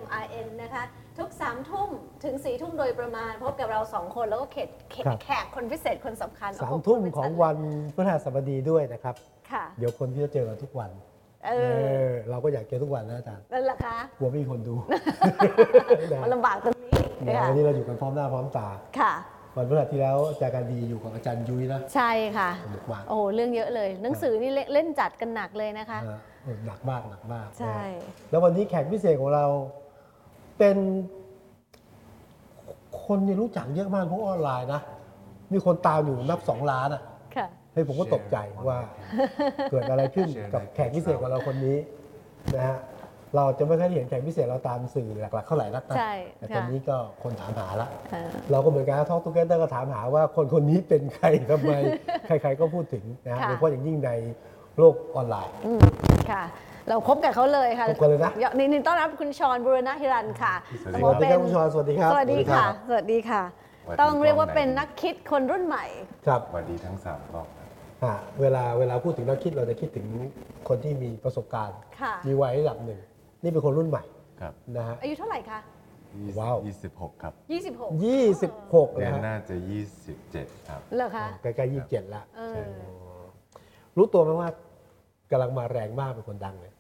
CMRN นะคะทุก3 ทุ่มถึง4 ทุ่มโดยประมาณพบกับเรา2 คนแล้วก็แขกคนพิเศษคนสำคัญ 3 ทุ่มของวันพฤหัสบดีด้วยนะครับค่ะเดี๋ยวคนที่จะเจอกันทุกวันเราก็อยากเจอทุกวันนะอาจารย์นั่นแหละคะกลัวไม่มีคนดูมันลำบากตรงนี้วันนี้เราอยู่กันพร้อมหน้าพร้อมตาค่ะวันพฤหัสที่แล้วอาจารย์การดีอยู่กับอาจารย์ยุ้ยนะใช่ค่ะโอ้เรื่องเยอะเลยหนังสือนี่เล่นจัดกันหนักเลยนะคะหนักมากใช่แล้ววันนี้แขกพิเศษของเราเป็นคนที่รู้จักเยอะมากเพราะออนไลน์นะมีคนตามอยู่นับ2 ล้านอ่ะเฮ้ยผมก็ตกใจว่าเกิดอะไรขึ้นกับแขกพิเศษของเราคนนี้นะฮะเราจะไม่ค่อยเห็นแขกพิเศษเราตามสื่อหลักๆเท่าไหร่นักนะแต่ตอนนี้ก็คนถามหาละเราก็เหมือนกันทอล์กทูเกเตอร์ก็ถามหาว่าคนนี้เป็นใครทำไมใครๆก็พูดถึงนะโดยเฉพาะอย่างยิ่งในโลกออนไลน์ค่ะเราพบกับเขาเลยค่ะพบกันเลยนะนี่ต้อนรับคุณชร บุรณฮิรัญค่ะสวัสดีครับคุณชรสวัสดีครับสวัสดีค่ะสวัสดีค่ะต้องเรียกว่าเป็นนักคิดคนรุ่นใหม่ครับสวัสดีทั้ง3 รอบเวลาพูดถึงนักคิดเราจะคิดถึงคนที่มีประสบการณ์มีวัยระดับหนึ่งนี่เป็นคนรุ่นใหม่นะฮะอายุเท่าไหร่คะว้าว 26ครับ 26 เดือนหน้าจะ27ครับเหรอคะใกล้ๆ27แล้วรู้ตัวไหมว่ากำลังมาแรงมากเป็นคนดังเลย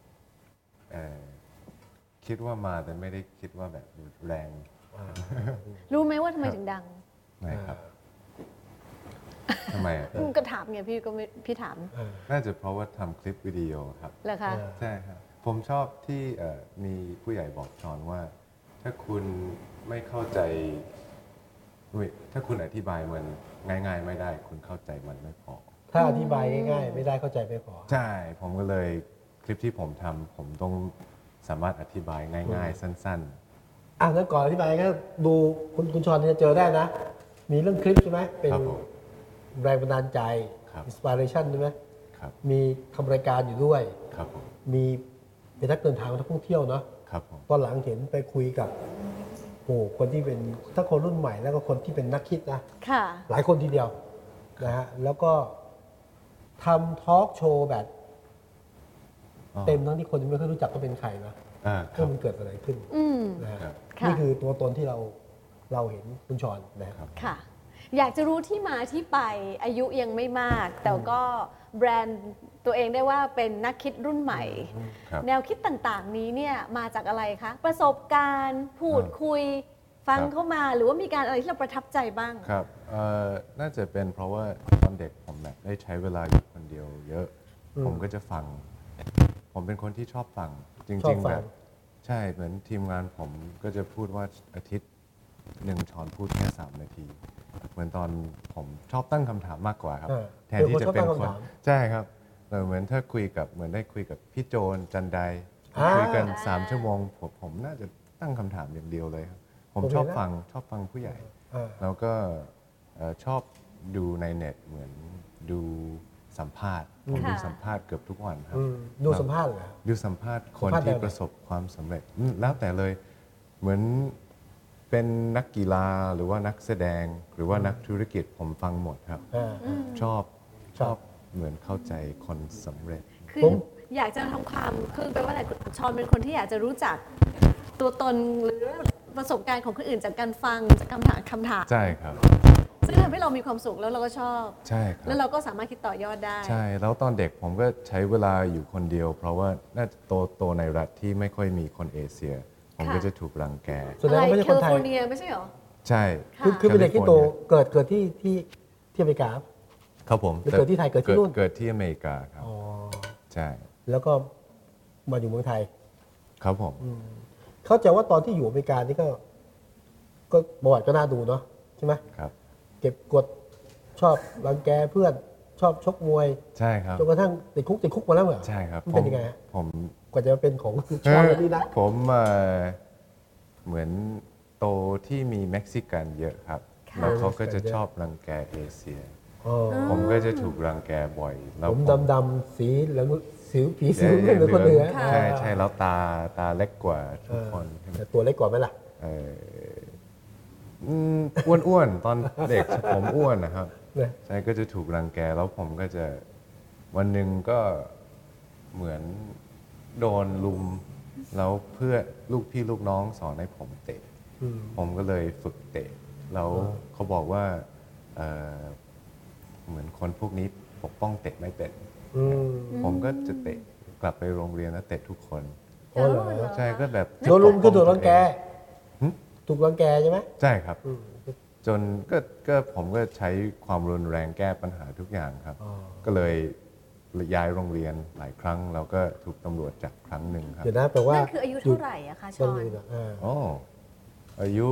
คิดว่ามาแต่ไม่ได้คิดว่าแบบแรงรู้ไหมว่าทำไมถึงดังไม่ครับทำไมก็ถามไงพี่ถามน่าจะเพราะว่าทำคลิปวิดีโอครับเหรอคะใช่ครับผมชอบที่มีผู้ใหญ่บอกชอนว่าถ้าคุณไม่เข้าใจถ้าคุณอธิบายมันง่ายๆไม่ได้คุณเข้าใจมันไม่พอถ้าอธิบายง่ายๆไม่ได้เข้าใจไม่พอใช่ผมก็เลยคลิปที่ผมทำผมต้องสามารถอธิบายง่ายๆสั้นๆงั้นก่อนอธิบายก็ดูคุณชอนจะเจอได้นะมีเรื่องคลิปใช่ไหมเป็นแรงบันดาลใจ inspiration ใช่ไหมมีทำรายการอยู่ด้วยมีเป็นนักเดินทางนักท่องเที่ยวเนาะตอนหลังเห็นไปคุยกับคนที่เป็นทั้งคนรุ่นใหม่แล้วก็คนที่เป็นนักคิดนะหลายคนทีเดียวนะฮะแล้วก็ทำทอล์กโชว์แบบเต็มทั้งที่คนไม่ค่อยรู้จักก็เป็นใครนะมันเกิดอะไรขึ้นนะนี่คือตัวตนที่เราเห็นคุณชรนะครับค่ะอยากจะรู้ที่มาที่ไปอายุยังไม่มากแต่ก็แบรนด์ตัวเองได้ว่าเป็นนักคิดรุ่นใหม่แนวคิดต่างๆนี้เนี่ยมาจากอะไรคะประสบการณ์พูดคุยฟังเข้ามาหรือว่ามีการอะไรที่เราประทับใจบ้างครับน่าจะเป็นเพราะว่าตอนเด็กผมแบบได้ใช้เวลาอยู่คนเดียวเยอะผมก็จะฟังผมเป็นคนที่ชอบฟังจริงๆแบบใช่เหมือนทีมงานผมก็จะพูดว่าอาทิตย์1 ช้อนพูดแค่3 นาทีเหมือนตอนผมชอบตั้งคำถามมากกว่าครับแทนที่จะเป็นคนใช่ครับเหมือนถ้าเหมือนได้คุยกับพี่โจนจันไดคุยกัน3 ชั่วโมงผมน่าจะตั้งคำถามอย่างเดียวเลยครับผมชอบฟังผู้ใหญ่แล้วก็ชอบดูในเน็ตเหมือนดูสัมภาษณ์ผมดูสัมภาษณ์เกือบทุกวันครับดูสัมภาษณ์เหรอดูสัมภาษณ์คนที่ประสบความสำเร็จแล้วแต่เลยเหมือนเป็นนักกีฬาหรือว่านักแสดงหรือว่านักธุรกิจผมฟังหมดครับชอบเหมือนเข้าใจคนสำเร็จคืออยากจะทำความคือแปลว่าอะไรชอนเป็นคนที่อยากจะรู้จักตัวตนหรือประสบการณ์ของคนอื่นจากการฟังจากคำถามใช่ครับซึ่งทำให้เรามีความสุขแล้วเราก็ชอบใช่ครับแล้วเราก็สามารถคิดต่อยอดได้ใช่แล้วตอนเด็กผมก็ใช้เวลาอยู่คนเดียวเพราะว่าน่าจะโตในรัฐที่ไม่ค่อยมีคนเอเชียผมก็จะถูกรังแกอะไรแคลิฟอร์เนียไม่ใช่หรอใช่คือเป็นเด็กที่โตเกิดที่อเมริกาครับผมเกิดที่ไทยเกิดที่นู่นเกิดที่อเมริกาครับใช่แล้วก็มาอยู่เมืองไทยครับผมเข้าใจว่าตอนที่อยู่อเมริกานี่ก็ประวัติก็น่าดูเนาะใช่ไหมครับเก็บกดชอบรังแกเพื่อนชอบชกมวยใช่ครับจนกระทั่งติดคุกมาแล้วเหรอใช่ครับเป็นยังไงผมกว่าจะเป็นของชอนนี่นะผมเหมือนโตที่มีเม็กซิกันเยอะครับแล้วเขาก็จะชอบรังแกเอเชียผมก็จะถูกรังแกบ่อยผมดำๆสีเหลืองผิวสีเหมือนคนเหนือใช่แล้วตาเล็กกว่าทุกคนแต่ตัวเล็กกว่าไหมล่ะอ้วนตอนเด็กผมอ้วนนะครับใช่ก็จะถูกรังแกแล้วผมก็จะวันหนึ่งก็เหมือนโดนลุมแล้วเพื่อลูกพี่ลูกน้องสอนให้ผมเตะผมก็เลยฝึกเตะแล้วเขาบอกว่าเหมือนคนพวกนี้ปกป้องเตะไม่เป็นผมก็จะเตะกลับไปโรงเรียนแล้วเตะทุกคนโอ้เหรอใช่ก็แบบโดนลุมคือถูกรังแกถูกรังแกใช่ไหมใช่ครับจนก็ผมก็ใช้ความรุนแรงแก้ปัญหาทุกอย่างครับก็เลยย้ายโรงเรียนหลายครั้งแล้วก็ถูกตำรวจจับครั้งหนึ่งครับเดี๋ยวนะแปลว่านั่นคืออายุเท่าไหร่อะคะชอนอ๋ออายุ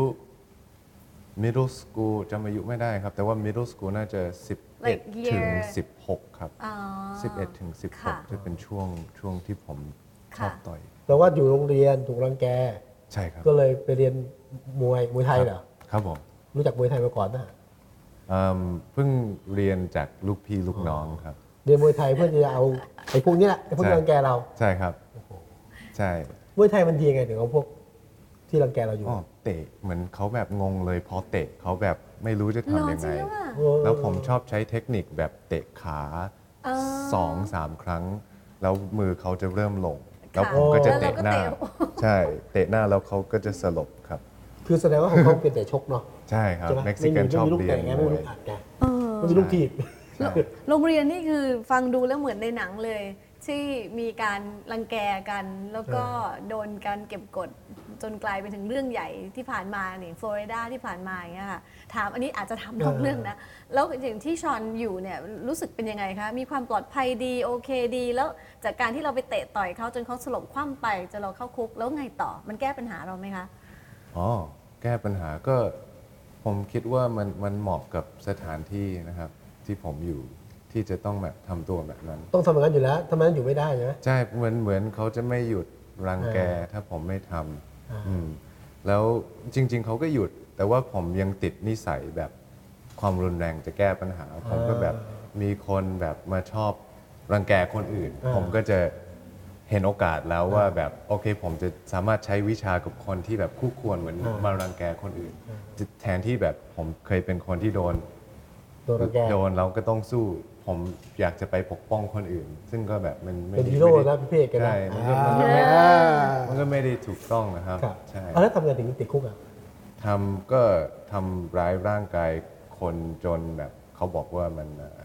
middle school จำอายุไม่ได้ครับแต่ว่า middle school น่าจะ Like 11 ถึง year 16 ครับ11 ถึงค่ะ 16 จะเป็นช่วงที่ผมชอบต่อยแปลว่าอยู่โรงเรียนถูกรังแกใช่ครับก็เลยไปเรียนมวยไทยเหรอครับผมรู้จักมวยไทยมาก่อนนะเพิ่งเรียนจากลูกพี่ลูกน้องครับเรียนมวยไทยเพื่อจะเอาไอ้พวกนี้แหละไอ้พวกที่รังแกเราใช่ครับใช่มวยไทยมันดียังไงถึงเอาพวกที่รังแกเราอยู่อ๋อเตะเหมือนเขาแบบงงเลยพอเตะเขาแบบไม่รู้จะทำยังไงหรอจริงหรือเปล่าแล้วผมชอบใช้เทคนิคแบบเตะขา2-3 ครั้ง แล้วมือเขาจะเริ่มลง แล้วผมก็จะเตะหน้า ใช่เตะหน้าแล้วเขาก็จะสลบครับคือแสดงว่าของเขาเป็นแต่ชกเนาะใช่ครับใช่ไหมเม็กซิกันชอบเรียนไม่มมีวลูยกอัดแกไม่มีลูกถีบใช่โรงเรียนนี่คือฟังดูแล้วเหมือนในหนังเลย ที่มีการรังแกกัน แล้วก็โดนการเก็บกดจนกลายเป็นถึงเรื่องใหญ่ที่ผ่านมาเนี่ยฟลอริดาที่ผ่านมาอย่างเงี้ยค่ะถามอันนี้อาจจะทำนอกเรื่องนะ แล้วอย่างที่ชอนอยู่เนี่ยรู้สึกเป็นยังไงคะ มีความปลอดภัยดีโอเคดี แล้วจากการที่เราไปเตะต่อยเขาจนเขาสลบคว่ำไปจนเราเข้าคุกแล้วไงต่อมันแก้ปัญหาเราไหมคะอ๋อแก้ปัญหาก็ผมคิดว่ามันเหมาะกับสถานที่นะครับที่ผมอยู่ที่จะต้องแบบทำตัวแบบนั้นต้องทำอย่างนั้นอยู่แล้วทำไมนั้นอยู่ไม่ได้ใช่ไหมใช่เหมือนเขาจะไม่หยุดรังแกถ้าผมไม่ทำแล้วจริง ๆเขาก็หยุด แต่ว่าผมยังติดนิสัยแบบความรุนแรงจะแก้ปัญหา ผมก็แบบมีคนแบบมาชอบรังแกคนอื่น ผมก็จะเห็นโอกาสแล้วว่าแบบโอเคผมจะสามารถใช้วิชากับคนที่แบบคู่ควรเหมือนมารังแกคนอื่น แทนที่แบบผมเคยเป็นคนที่โดนรังแกโดนเราก็ต้องสู้ ผมอยากจะไปปกป้องคนอื่น ซึ่งก็แบบมันไม่เป็นได้ฮีโร่ไม่นะได้พี่เอกกันนะใช่มันก็ไม่ได้ถูกต้องนะครับครับใช่แล้วทำไงถึงติดคุกอ่ะก็ทำร้ายร่างกายคนจนแบบเขาบอกว่ามัน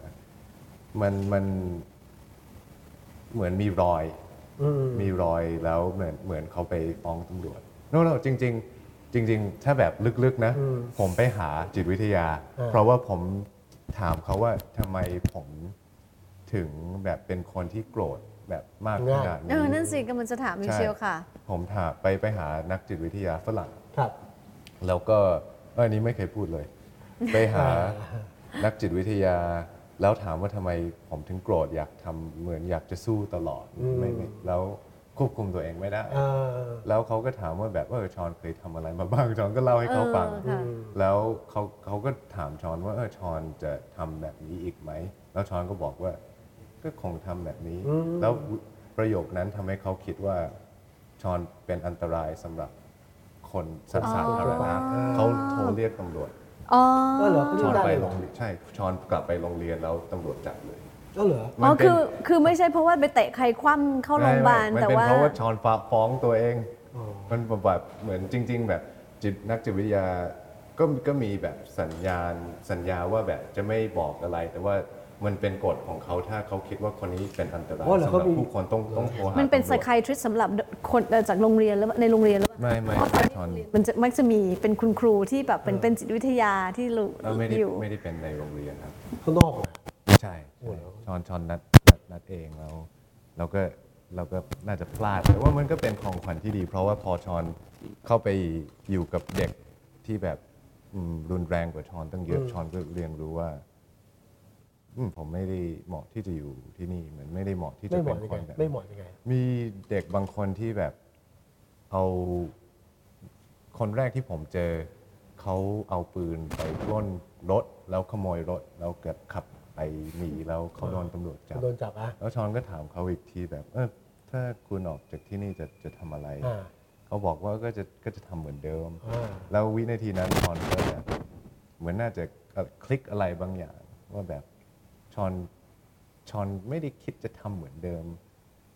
เหมือนมีรอยแล้วเหมือนเขาไปฟ้องตำรวจโน่จริง ถ้าแบบลึกๆนะ ผมไปหาจิตวิทยา เพราะว่าผมถามเขาว่าทำไมผมถึงแบบเป็นคนที่โกรธแบบมากขนาดนี้นั่นสิกำลังจะถามมิเชลค่ะผมถามไปหานักจิตวิทยาฝรั่งครับแล้วก็อันนี้ไม่เคยพูดเลย ไปหานักจิตวิทยา แล้วถามว่าทำไมผมถึงโกรธอยากทำเหมือนอยากจะสู้ตลอดไม่แล้วควบคุมตัวเองไม่ได้ แล้วเขาก็ถามว่าแบบชอนเคยทำอะไรมาบ้างชอนก็เล่าให้เขาฟัง แล้วเขาก็ถามชอนว่าชอนจะทำแบบนี้อีกไหมแล้วชอนก็บอกว่าก็คงทำแบบนี้ แล้วประโยคนั้นทำให้เขาคิดว่าชอนเป็นอันตรายสำหรับคนสาธารณะเขาโทรเรียกตำรวจอ๋อก็เหรอชอนได้ไปเหรโรองเรียนใช่ชอนกลับไปโรงเรียนแล้วตำรวจจับเลยก็เหรออ๋อคือไม่ใช่เพราะว่าไปเตะใครคว่ำเข้าโรงพยาบาลมันแต่เป็นว่าเพราะว่าชอนฟ้องตัวเองมันแบบเหมือนจริง ๆ แบบนักจิตวิทยาก็มีแบบสัญญาว่าแบบจะไม่บอกอะไร แต่ว่ามันเป็นกฎของเขาถ้าเขาคิดว่าคนนี้เป็นอันตรายอ๋อเหรอสำหรับเขามีผู้คนต้องโทรหามันเป็นตำรไซวจคายทริสสำหรับคนจากโรงเรียนแล้วในโรงเรียนแล้วไม่ชอนมันจะมักจะมีเป็นคุณครูที่แบบเป็นจิตวิทยาที่รู้ไม่ได้อยู่เป็นในโรงเรียนครับข้างนอกเหรอใช่ชอนนัดเองแล้วเราก็น่าจะพลาดแต่ว่ามันก็เป็นของขวัญที่ดี เพราะว่าพอชอนเข้าไปอยู่กับเด็กที่แบบรุนแรงกว่าชอนตั้งเยอะชอนก็เรียนรู้ว่าผมไม่ได้เหมาะที่จะอยู่ที่นี่เหมือนไม่ได้เหมาะที่จะไม่เหเป็มาะนยังคไงนแบบไม่เหมาะยังไงมีเด็กบางคนที่แบบเอาคนแรกที่ผมเจอเขาเอาปืนไปปล้นรถแล้วขโมยรถแล้วเกิดขับไปหนีแล้วเขาโดนตำรวจจับโดนจับอ่ะแล้วชอนก็ถามเขาอีกทีแบบถ้าคุณออกจากที่นี่จะทำอะไร เขาบอกว่าก็จะทำเหมือนเดิม แล้ววินาทีนั้นชอนก็แบบเหมือนน่าจะคลิกอะไรบางอย่างว่าแบบชอนไม่ได้คิดจะทำเหมือนเดิม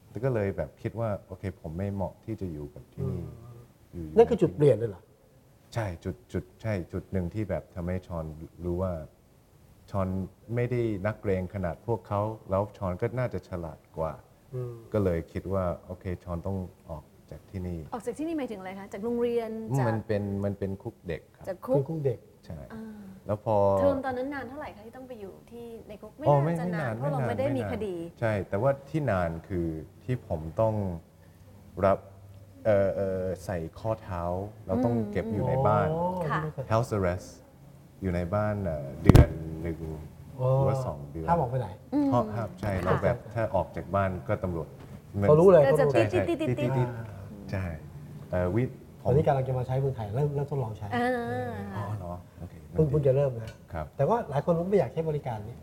ก็เลยแบบคิดว่าโอเคผมไม่เหมาะที่จะอยู่กับที่นี่อยู่นั่นคือจุดเปลี่ยนเลยเหรอใช่ใช่จุดหนึ่งที่แบบทำให้ชอนรู้ว่าชอนไม่ได้นักเรงขนาดพวกเขาแล้วชอนก็น่าจะฉลาดกว่าก็เลยคิดว่าโอเคชอนต้องออกจากที่นี่ออกจากที่นี่หมายถึงอะไรคะจากโรงเรียนจากมันเป็นคุกเด็กครับจากคุกเด็กใช่แล้วพอเทอมตอนนั้นนานเท่าไหร่คะที่ต้องไปอยู่ที่ในคุกไม่น่าจะนานเพราะเราไม่ได้มีคดีใช่แต่ว่าที่นานคือที่ผมต้องรับใส่ข้อเท้าเราต้องเก็บอยู่ในบ้าน house arrest อยู่ในบ้านเดือนหนึ่งหรือว่า2 เดือนห้ามออกไปไหนห้ามใช่แล้วแบบถ้าออกจากบ้านก็ตำรวจเขารู้เลยจะติดใช่ตอนนี้กำลังจะมาใช้เมืองไทยเริ่มทดลองใช้อ๋อเหรอโอเคเพิ่งจะเริ่มนะครับแต่ว่าหลายคนไม่อยากใช้บริการนี้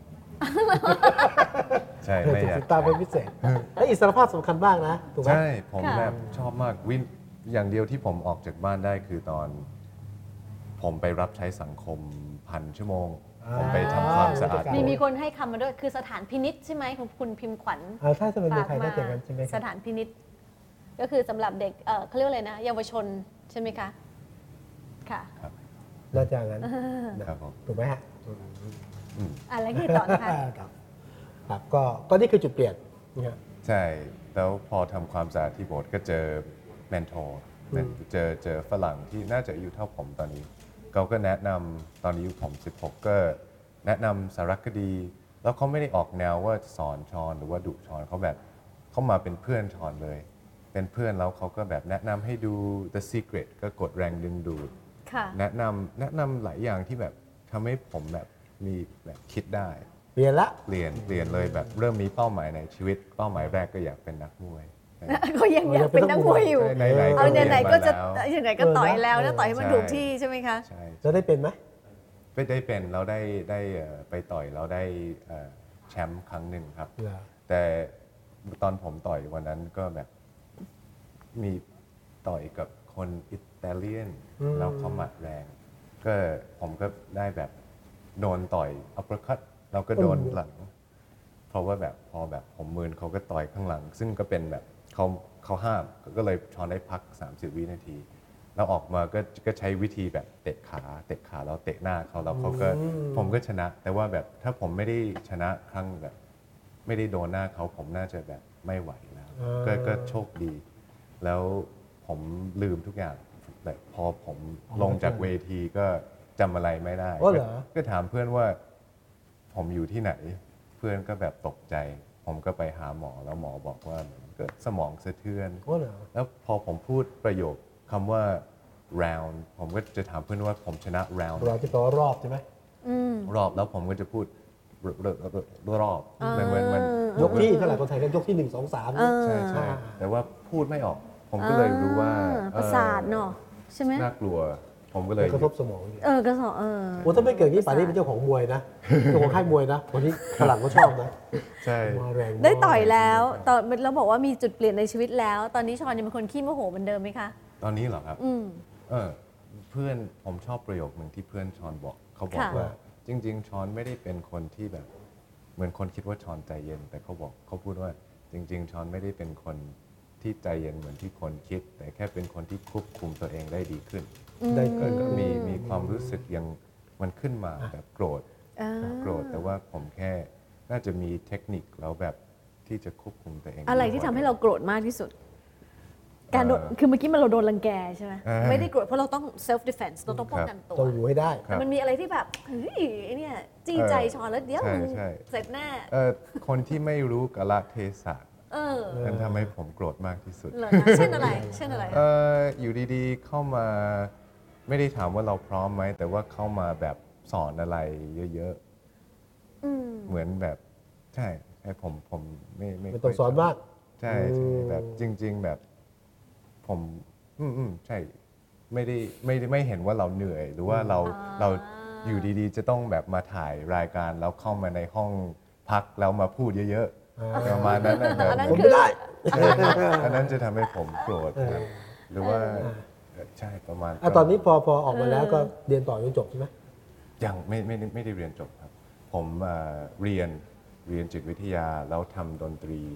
ใช่ไม่อยากติดตามเป็นพิเศษและอิสรภาพสำคัญมากนะถูกไหมใช่ผมแบบชอบมากอย่างเดียวที่ผมออกจากบ้านได้คือตอนผมไปรับใช้สังคม1,000 ชั่วโมงผมไปทำความสะอาดมีคนให้คำมาด้วยคือสถานพินิจใช่ไหมคุณพิมพ์ขวัญถ้าจะเป็นเมืองไทยน่าจะงั้นใช่ไหมสถานพินิจก็คือสำหรับเด็กเขาเรียกอะไรนะเยาวชนใช่ไหมคะค่ะน่าจะงั้นถูกไหมฮะอะไรที่ต่อนะคะครับก็นี่คือจุดเปลี่ยนใช่แล้วพอทำความสะอาดที่โบสถ์ก็เจอเมนทอร์เจอฝรั่งที่น่าจะอายุเท่าผมตอนนี้เขาก็แนะนำตอนนี้ผม16ก็แนะนำสารคดีแล้วเขาไม่ได้ออกแนวว่าสอนชอนหรือว่าดุชอนเขาแบบเขามาเป็นเพื่อนชอนเลยเป็นเพื่อนแล้วเขาก็แบบแนะนำให้ดู The Secret ก็กดแรงดึงดูดแนะนำหลายอย่างที่แบบทำให้ผมแบบมีแบบคิดได้เปลี่ยนเลยแบบเริ่มมีเป้าหมายในชีวิตเป้าหมายแรกก็อยากเป็นนักมวยก็ยังอยากเป็นนักมวยอยู่เอาไหนก็จะยังไงก็ต่อยแล้วนะต่อยให้มันถูกที่ใช่ไหมคะจะได้เป็นไหมไม่ได้เป็นเราได้ไปต่อยเราได้แชมป์ครั้งหนึ่งครับแต่ตอนผมต่อยวันนั้นก็แบบมีต่อยกับคนอิตาเลียนแล้วเขาหมัดแรงก็ผมก็ได้แบบโดนต่อยอัปเปอร์คัตเราก็โดนหลังเพราะว่าแบบพอแบบผมมืนเขาก็ต่อยข้างหลังซึ่งก็เป็นแบบเขาห้ามก็เลยชอนได้พัก30 วินาทีแล้วออกมาก็ใช้วิธีแบบเตะขาแล้วเตะหน้าเขาแล้วเขาก็ผมก็ชนะแต่ว่าแบบถ้าผมไม่ได้ชนะครั้งแบบไม่ได้โดนหน้าเขาผมน่าจะแบบไม่ไหวแล้วก็โชคดีแล้วผมลืมทุกอย่างแต่พอผมลงจากเวทีก็จำอะไรไม่ได้ก็ถามเพื่อนว่าผมอยู่ที่ไหนเพื่อนก็แบบตกใจผมก็ไปหาหมอแล้วหมอบอกว่าเกิดสมองสะเทือนแล้วพอผมพูดประโยคคำว่า round ผมก็จะถามเพื่อนว่าผมชนะ round ที่แปลว่ารอบใช่ไหมรอบแล้วผมก็จะพูดรอบมันยกที่เท่าไหร่คนไทยก็ยกที่1 2 3 ใช่แต่ว่าพูดไม่ออกผมก็เลยรู้ว่าประสาทเนาะใช่ไหมน่ากลัวผมก็เลยกระทบสมองกระทบโอ้ถ้าไม่เกิดที่ป่านนี้เป็นเจ้าของมวยนะเจ้าของค่ายมวยนะวันนี้ฝรั่งก็ชอบนะใช่ได้ต่อยแล้วตอนเราบอกว่ามีจุดเปลี่ยนในชีวิตแล้วตอนนี้ชอนยังเป็นคนขี้โมโหเหมือนเดิมไหมคะตอนนี้เหรอครับเพื่อนผมชอบประโยคหนึ่งที่เพื่อนชอนบอกเขาบอกว่าจริงๆชอนไม่ได้เป็นคนที่แบบเหมือนคนคิดว่าชอนใจเย็นแต่เขาพูดว่าจริงๆชอนไม่ได้เป็นคนที่ใจเย็นเหมือนที่คนคิดแต่แค่เป็นคนที่ควบคุมตัวเองได้ดีขึ้นก็มีความรู้สึกยังมันขึ้นมาแบบโกรธแต่ว่าผมแค่น่าจะมีเทคนิคแล้วแบบที่จะควบคุมตัวเองอะไรที่ทำให้เราโกรธมากที่สุดการโดนคือเมื่อกี้เราโดนรังแกใช่ไหมไม่ได้โกรธเพราะเราต้อง self defense เราต้องป้องกันตัวต้องอยู่ให้ได้แต่มันมีอะไรที่แบบเฮ้ยเนี่ยจี้ใจชอนแล้วเดี๋ยวมึงเสร็จแน่คนที่ไม่รู้กาลเทศะนั่นทำให้ผมโกรธมากที่สุดเช่นอะไรอยู่ดีๆเข้ามาไม่ได้ถามว่าเราพร้อมไหมแต่ว่าเข้ามาแบบสอนอะไรเยอะๆเหมือนแบบใช่ผมไม่ต้องสอนมากใช่แบบจริงๆแบบผมใช่ไม่เห็นว่าเราเหนื่อยหรือว่าเราอยู่ดีๆจะต้องแบบมาถ่ายรายการแล้วเข้ามาในห้องพักแล้วมาพูดเยอะๆประมาณนั้นแบบผมไม่ได้อันนั้นจะทำให้ผมโกรธหรือว่าใช่ประมาณตอนนี้พอออกมาแล้วก็เรียนต่อจนจบใช่ไหมยังไม่ได้เรียนจบครับผมเรียนจิตวิทยาแล้วทำดนตรี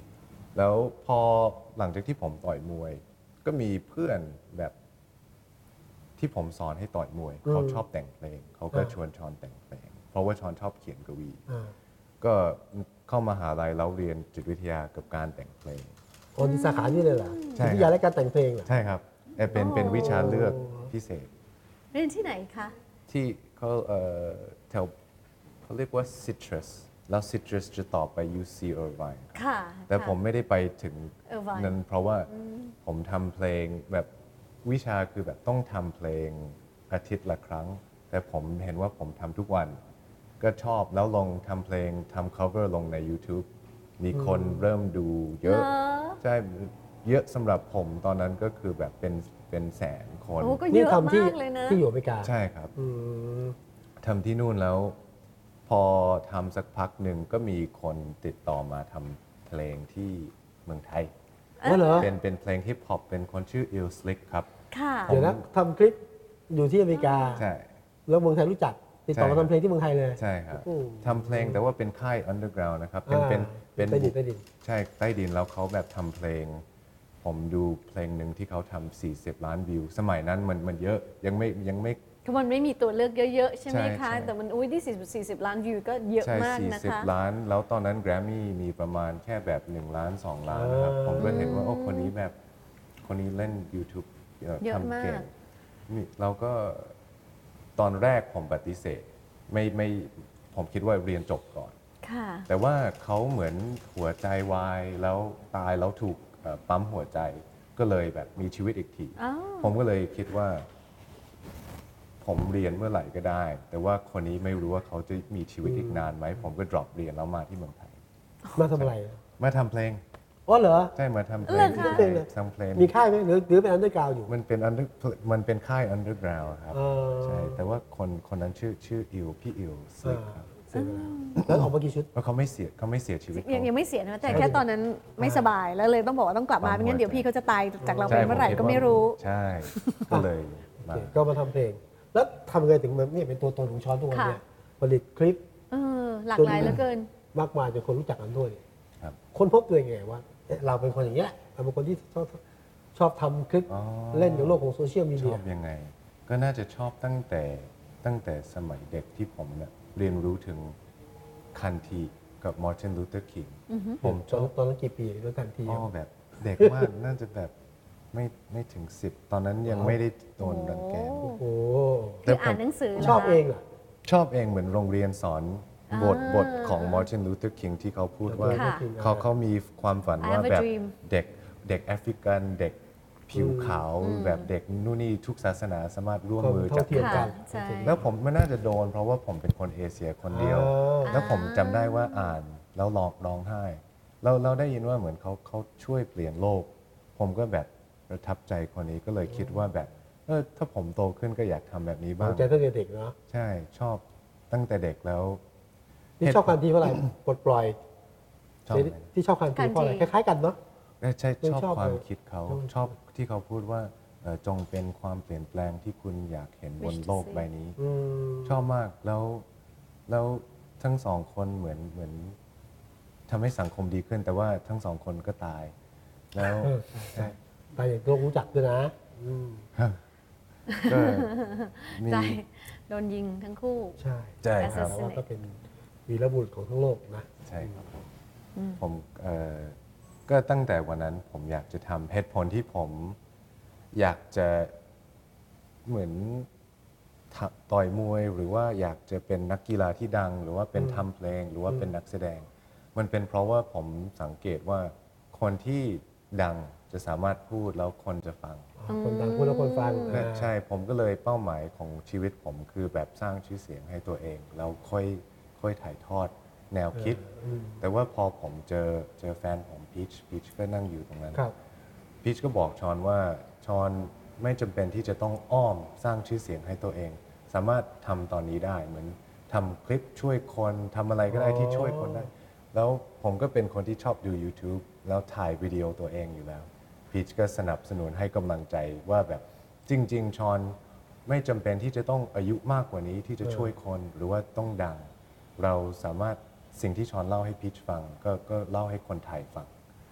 แล้วพอหลังจากที่ผมต่อยมวย ก็มีเพื่อนแบบที่ผมสอนให้ต่อยมวยเขาชอบแต่งเพลงเขาก็ชวนชอนแต่งเพลง เพราะว่าชอนชอบเขียนกวีก็เข้ามหาลัยแล้วเรียนจิตวิทยากับการแต่งเพลงโอ้ที่สาขานี่เลยเหรอใช่วิทยาและการแต่งเพลงเหรอใช่ครับเป็นวิชาเลือกพิเศษเรียนที่ไหนคะที่เขาแถวเขาเรียกว่า Citrus แล้ว Citrus จะต่อไป UC Irvine ค่ะแต่ผมไม่ได้ไปถึง Irvine นั้นเพราะว่าผมทำเพลงแบบวิชาคือแบบต้องทำเพลงอาทิตย์ละครั้ง แต่ผมเห็นว่าผมทำทุกวันก็ชอบแล้วลงทำเพลงทำ cover ลงใน YouTube มีคนเริ่มดูเยอะใช่เยอะสำหรับผมตอนนั้นก็คือแบบเป็นแสนคนโอ้ก็เยอะมากเลยนะที่อยู่อเมริกาใช่ครับทำที่นู่นแล้วพอทำสักพักหนึ่งก็มีคนติดต่อมาทำเพลงที่เมืองไทยเป็นเพลงฮิปฮอปเป็นคนชื่อ Il Slick ครับเดี๋ยวนะทำคลิปอยู่ที่อเมริกาใช่แล้วเมืองไทยรู้จักติดต่อมาทำเพลงที่เมืองไทยเลยใช่ครับทำเพลงแต่ว่าเป็นค่าย underground นะครับเป็นใต้ดินใช่ใต้ดินแล้วเขาแบบทำเพลงผมดูเพลงหนึ่งที่เขาทำ40 ล้านวิวสมัยนั้นมันเยอะยังไม่คือมันไม่มีตัวเลือกเยอะๆใช่ไหมคะแต่มันอุ้ยที่40 ล้านวิวก็เยอะมากนะคะใช่40 ล้านแล้วตอนนั้น Grammy มีประมาณแค่แบบ1 ล้าน2 ล้านนะครับผมก็เห็นว่าโอ้คนนี้เล่น YouTube ทำเก่งเราก็ตอนแรกผมปฏิเสธไม่ผมคิดว่าเรียนจบก่อนแต่ว่าเขาเหมือนหัวใจวายแล้วตายแล้วถูกปั๊มหัวใจก็เลยแบบมีชีวิตอีกทีผมก็เลยคิดว่าผมเรียนเมื่อไหร่ก็ได้ แต่ว่าคนนี้ไม่รู้ว่าเขาจะมีชีวิตอีกนานไหมผมก็ drop เรียนแล้วมาที่เมืองไทยมาทำอะไรมาทำเพลงอ๋อเหรอใช่มาทำเพลงทำเพลงมีค่ายไหมหรือเป็นอันเดอร์กราวอยู่มันเป็นค่าย underground ครับใช่แต่ว่าคนนั้นชื่ออิวพี่อิวสลิกครับแล้วออกมากี่ชุดเขาไม่เสียชีวิตยังไม่เสียนะแต่แค่ตอนนั้นไม่สบายแล้วเลยต้องบอกว่าต้องกลับมาไม่งั้นเดี๋ยวพี่เขาจะตายจากเราไปเมื่อไหร่ก็ไม่รู้ใช่ก็เลยก็มาทำเพลงแล้วทำไงถึงมันนี่เป็นตัวตนของช้อนทุกวันเนี่ยผลิตคลิปหลากหลายเหลือเกินมากมายจนคนรู้จักกันด้วยคนพบตัวเองไงว่าเราเป็นคนอย่างนี้แหละเราเป็นคนที่ชอบทำคลิปเล่นในโลกของโซเชียลมีเดียชอบยังไงก็น่าจะชอบตั้งแต่สมัยเด็กที่ผมเนี่ยเรียนรู้ถึงคันธีกับมาร์ตินลูเทอร์คิงผมตอนนั้นกี่ปีแล้วคันธีแบบเด็กมากน่าจะแบบไม่ถึง10ตอนนั้นยังไม่ได้โดนรังแกแต่อ่านหนังสือชอบเองเหรอชอบเองเหมือนโรงเรียนสอนบทของมาร์ตินลูเทอร์คิงที่เขาพูดว่าเขามีความฝันว่าแบบเด็กแอฟริกันเด็กผิวขาวแบบเด็กนู่นนี่ทุกศาสนาสามารถร่วมมือจับมือกันแล้วผมมันน่าจะโดนเพราะว่าผมเป็นคนเอเชียคนเดียวแล้วผมจำได้ว่าอ่านแล้วร้องไห้เราได้ยินว่าเหมือนเขาช่วยเปลี่ยนโลกผมก็แบบประทับใจคนนี้ก็เลยคิดว่าแบบถ้าผมโตขึ้นก็อยากทำแบบนี้บ้างใจตั้งแต่เด็กเนาะใช่ชอบตั้งแต่เด็กแล้วที่ชอบคันธีเพราะอะไรปลดปล่อยที่ชอบคันธีเพราะอะไรคล้ายๆกันเนาะใช่ชอบความคิดเขาชอบที่เขาพูดว่าจงเป็นความเปลี่ยนแปลงที่คุณอยากเห็นบนโลกใบนี้ชอบมากแล้วทั้งสองคนเหมือนทำให้สังคมดีขึ้นแต่ว่าทั้งสองคนก็ตายแล้วตายอย่างโลกรู้จักด้วยนะก็ใจโดนยิงทั้งคู่ใช่ครับเพราะว่าก็เป็นวีรบุรุษของทั้งโลกนะใช่ครับผมก็ตั้งแต่วันนั้นผมอยากจะทำเหตุผลที่ผมอยากจะเหมือนต่อยมวยหรือว่าอยากจะเป็นนักกีฬาที่ดังหรือว่าเป็นทำเพลงหรือว่าเป็นนักแสดงมันเป็นเพราะว่าผมสังเกตว่าคนที่ดังจะสามารถพูดแล้วคนจะฟังคนดังพูดแล้วคนฟังใช่ผมก็เลยเป้าหมายของชีวิตผมคือแบบสร้างชื่อเสียงให้ตัวเองแล้วค่อยถ่ายทอดแนวคิดแต่ว่าพอผมเจอแฟนผมพีชก็นั่งอยู่ตรงนั้นพีชก็บอกชอนว่าชอนไม่จำเป็นที่จะต้องอ้อมสร้างชื่อเสียงให้ตัวเองสามารถทำตอนนี้ได้เหมือนทำคลิปช่วยคนทำอะไรก็ได้ที่ช่วยคนได้แล้วผมก็เป็นคนที่ชอบดู YouTube แล้วถ่ายวิดีโอตัวเองอยู่แล้วพีชก็สนับสนุนให้กำลังใจว่าแบบจริงๆชอนไม่จำเป็นที่จะต้องอายุมากกว่านี้ที่จะช่วยคนหรือว่าต้องดังเราสามารถสิ่งที่ชอนเล่าให้พีชฟังก็เล่าให้คนไทยฟัง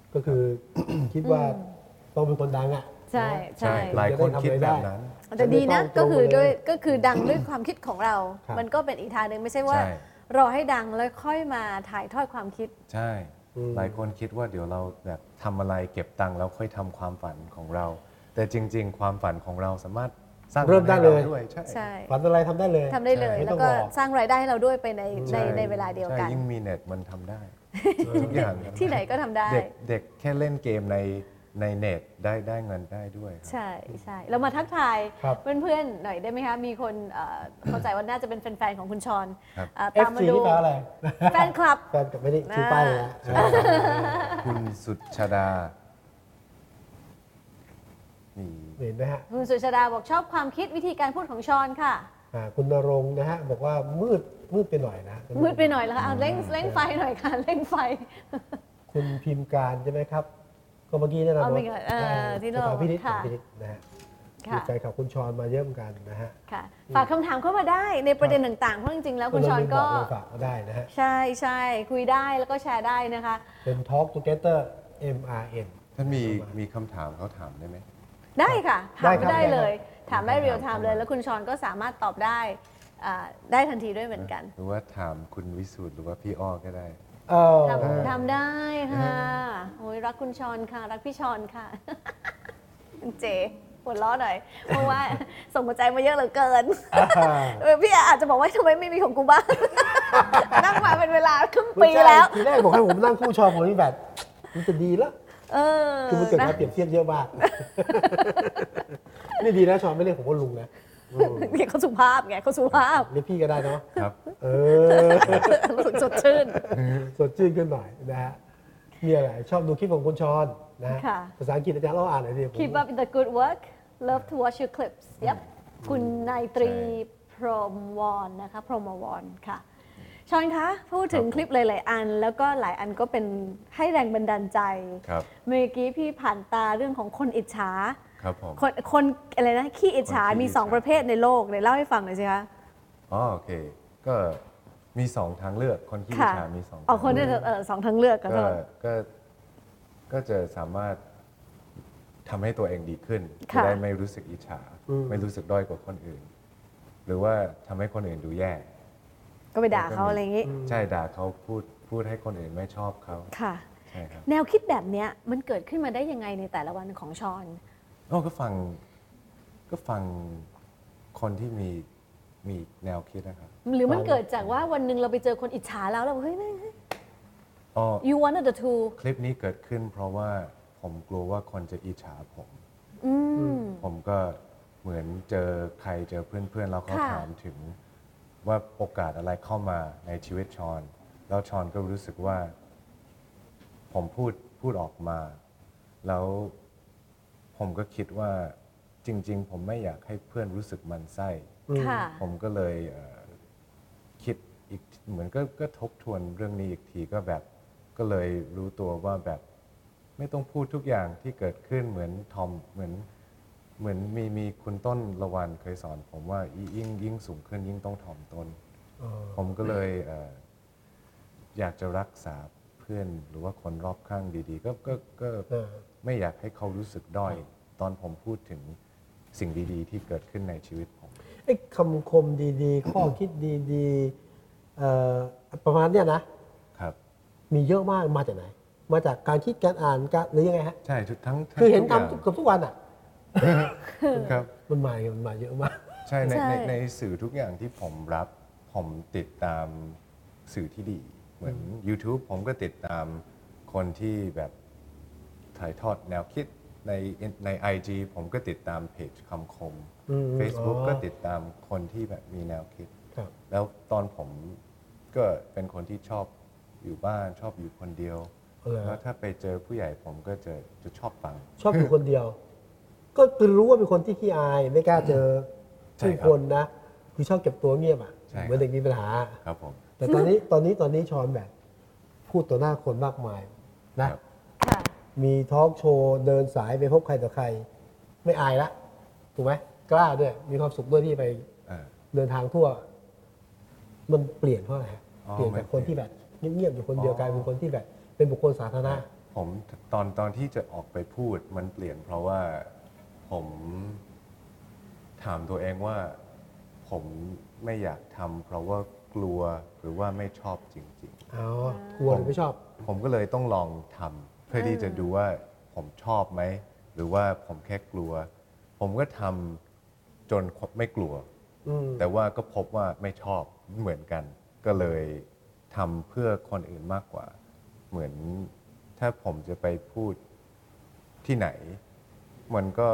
ก็คือ คิดว่าต้องเป็นคนดังอ่ะใช่ใช่หลายคนคิดแบบนั้นแต่ดีนะจะไม่ต้องก็คือดังด้วยความคิดของเราครับมันก็เป็นอีกทางหนึ่งไม่ใช่ว่าใช่รอให้ดังแล้วค่อยมาถ่ายทอดความคิดใช่ หลายคนคิดว่าเดี๋ยวเราแบบทำอะไรเก็บตังค์แล้วค่อยทำความฝันของเรา แต่จริง ๆ ความฝันของเราสามารถสร้างเริ่มได้เลยงินให้ราด้วยใช่ใช่ฝันอะไรทำได้เลยทำได้เลยไม่แล้ต้อวงก็รอสร้างรายได้ให้เราด้วยไปในใช่ในเวลาเดียวกันใช่ยิ่งมีเน็ตมันทำได้ทุกอย่างทำด้ที่ไหนก็ทำได้เด็กแค่เล่นเกมในเน็ตได้เงินได้ด้วยครับใช่ใช่เรามาทักทายครับเพื่อนๆหน่อยได้ไหมคะ มีคนเข้าใจว่าน่าจะเป็นแฟนๆของคุณชอนครับตามมา FC ดูนี่แปลว่าอะไรแฟนคลับแฟนกับไม่ได้ชูป้ายเลยนะคุณสุชาดานี่เห็นไหมฮะคุณสุชาดาบอกชอบความคิดวิธีการพูดของชอนค่ะคุณณรงค์นะฮะบอกว่ามืดไปหน่อยนะมืดไปหน่อยแล้วค่ะเอาเร่งไฟหน่อยค่ะเร่งไฟคุณพิมพ์การใช่ไหมครับ ก็เมื่อกี้เนี่ยนะเอามีก่อนที่เราสถานพินิจค่ะนะฮะค่ะมีแฟนคลับคุณชอนมาเยอะเหมือนกันนะฮะค่ะฝากคำถามเข้ามาได้ในประเด็นต่างๆ เพราะจริงๆ แล้วคุณชอนก็บเลยฝากมาได้นะฮะใช่ใช่คุยได้แล้วก็แชร์ได้นะคะเป็น Talk Together MRN ถ้ามีคำถามเขาถามได้ไหมได้ค่ะถามได้ครับได้เลย ถามได้ได้ครับเรียลไทม์เลย แล้วคุณชอนก็สามารถตอบได้ได้ทันทีด้วยเหมือนกันหรือว่าถามคุณวิสูตรหรือว่าพี่อ้อก็ได้ทำได้ค่ะโอ้ยรักคุณชอนค่ะ รักพี่ชอนค่ะ เจ๋หัวล้อหน่อย เพราะว่าส่งหัวใจมาเยอะเหลือเกิน พี่อาจจะบอกว่าทำไมไม่มีของกูบ้าง นั่งมาเป็นเวลาครึ่งปีแล้วทีแรกบอกให้ผมนั่งคู่ชอนผมนี่แบบมันจะดีแล้ว คือมันเกิดนะการเปรียบเทียบเยอะมาก นี่ดีนะชอนไม่เรียกผมว่าลุงนะเนี่ยเขาสุภาพไงเขาสุภาพเรียกพี่ก็ได้เนาะครับรู้สึกสดชื่นสดชื่นขึ้นหน่อยนะฮะมีอะไรชอบดูคลิปของคุณชอนนะฮะค่ะภาษาอังกฤษอาจารย์เล่าอ่านหน่อยดิผม Keep up the good work love to watch your clips yep คุณนายตรีพรหมวรนะคะพรหมวรค่ะชอนคะพูดถึงคลิปหลายๆอัน แล้วก็หลายอันก็เป็นให้แรงบันดาลใจครับเมื่อกี้พี่ผ่านตาเรื่องของคนอิจฉาครับผมคนอะไรนะขี้อิจฉาคนขี้มีอิจฉา 2 ประเภทในโลกเลยเล่าให้ฟังหน่อยสิคะอ๋อโอเค ก็มี2ทางเลือกคนที่อิจฉามี2 อ๋อคนที่สองทางเลือกกันก็จะสามารถทำให้ตัวเองดีขึ้นค่ะจะได้ไม่รู้สึกอิจฉา ไม่รู้สึกด้อยกว่าคนอื่น หรือว่าทำให้คนอื่นดูแย่ก็ไปด่าเขาอะไรอย่างนี้ใช่ด่าเขาพูดให้คนอื่นไม่ชอบเขาค่ะใช่ครับแนวคิดแบบเนี้ยมันเกิดขึ้นมาได้ยังไงในแต่ละวันของชอนก็ฟังคนที่มีแนวคิดนะครับหรือมันเกิดจากว่าวันหนึ่งเราไปเจอคนอิจฉาแล้วเราเฮ้ยอ๋อ you wanted the two คลิปนี้เกิดขึ้นเพราะว่าผมกลัวว่าคนจะอิจฉาผมอืมผมก็เหมือนเจอเพื่อนๆแล้วเขาค่ะถามถึงว่าโอกาสอะไรเข้ามาในชีวิตชอน แล้วชอนก็รู้สึกว่า ผมพูดออกมา แล้วผมก็คิดว่าจริง ๆ ผมไม่อยากให้เพื่อนรู้สึกหมันไส้ค่ะผมก็เลยคิดอีกเหมือนก็ทบทวนเรื่องนี้อีกทีก็เลยรู้ตัวว่าแบบไม่ต้องพูดทุกอย่างที่เกิดขึ้นเหมือนทอมเหมือนมีคุณต้นละวันเคยสอนผมว่ายิ่งสูงขึ้นยิ่งต้องถ่อมตน ผมก็เลยอยากจะรักษาเพื่อนหรือว่าคนรอบข้างดีๆก็ไม่อยากให้เขารู้สึกด้อย ตอนผมพูดถึงสิ่งดีๆ ที่เกิดขึ้นในชีวิตผมไอ้คำคมดีๆ ข้อคิดดีๆประมาณเนี้ยนะครับมีเยอะมากมาจากไหน มาจากการคิดการอ่านการหรือยังไงฮะใช่ทั้งคือเห็นทุกอย่างทำเกือบทุกวันอ่ะครับมันมาเยอะมากใช่ในใช่ในสื่อทุกอย่างที่ผมรับผมติดตามสื่อที่ดี เหมือน YouTube ผมก็ติดตามคนที่แบบถ่ายทอดแนวคิดใน IG ผมก็ติดตามเพจคำคม Facebook ก็ติดตามคนที่แบบมีแนวคิดครับแล้วตอนผมก็เป็นคนที่ชอบอยู่บ้านชอบอยู่คนเดียว แล้วถ้าไปเจอผู้ใหญ่ผมก็จะชอบฟังชอบอยู่คนเดียว ก็คือรู้ว่าเป็นคนที่ขี้อายไม่กล้าเจอใช่ผู้ครับคนนะ คือชอบเก็บตัวเงียบอ่ะใช่ครับเหมือนเด็กมีปัญหาครับผมแต่ตอนนี้ชอนแบบ พูดต่อหน้าคนมากมายนะครับค่ะมีทอล์กโชว์เดินสายไปพบใครต่อใคร ไม่อายละถูกไหมกล้าด้วย มีความสุขด้วยที่ไปอ่าเดินทางทั่ว มันเปลี่ยนเพราะอะไรฮะอ๋อเปลี่ยนจากคนที่แบบเงียบๆอยู่คนเดียวกลายเป็นคนที่แบบ เป็นบุคคลสาธารณะผผมตอนที่จะออกไปพูดมันเปลี่ยนเพราะว่าผมถามตัวเองว่าผมไม่อยากทำเพราะว่ากลัวหรือว่าไม่ชอบจริงๆอ๋อกลัวหรือไม่ชอบผมก็เลยต้องลองทำเพื่อที่จะดูว่าผมชอบไหมหรือว่าผมแค่กลัว ผมก็ทำจนไม่กลัว แต่ว่าก็พบว่าไม่ชอบเหมือนกัน ก็เลยทำเพื่อคนอื่นมากกว่า เหมือนถ้าผมจะไปพูดที่ไหน มันก็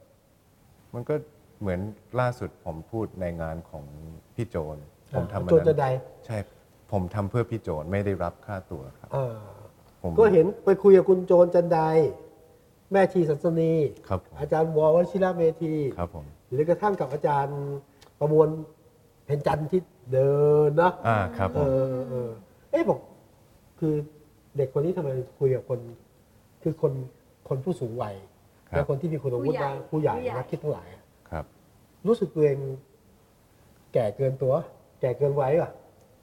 เหมือนล่าสุดผมพูดในงานของพี่โจนผมทำโจรจะใดใช่ ผมทำเพื่อพี่โจนไม่ได้รับค่าตัวครับก็เห็นไปคุยกับคุณโจรจันไดแม่ชีสันสนีครับผมอาจารย์ววชิระเมธีครับผมหรือกระทั่งกับอาจารย์ประมวลเพ็ญจันทร์ที่เดินนะครับผมบอกคือเด็กคนนี้ทำไมคุยกับคนคือคนผู้สูงวัยและคนที่มีคุณวุฒิมากผู้ใหญ่นักคิดทั้งหลายครับรู้สึกตัวเองแก่เกินตัว แก่เกินวัยป่ะ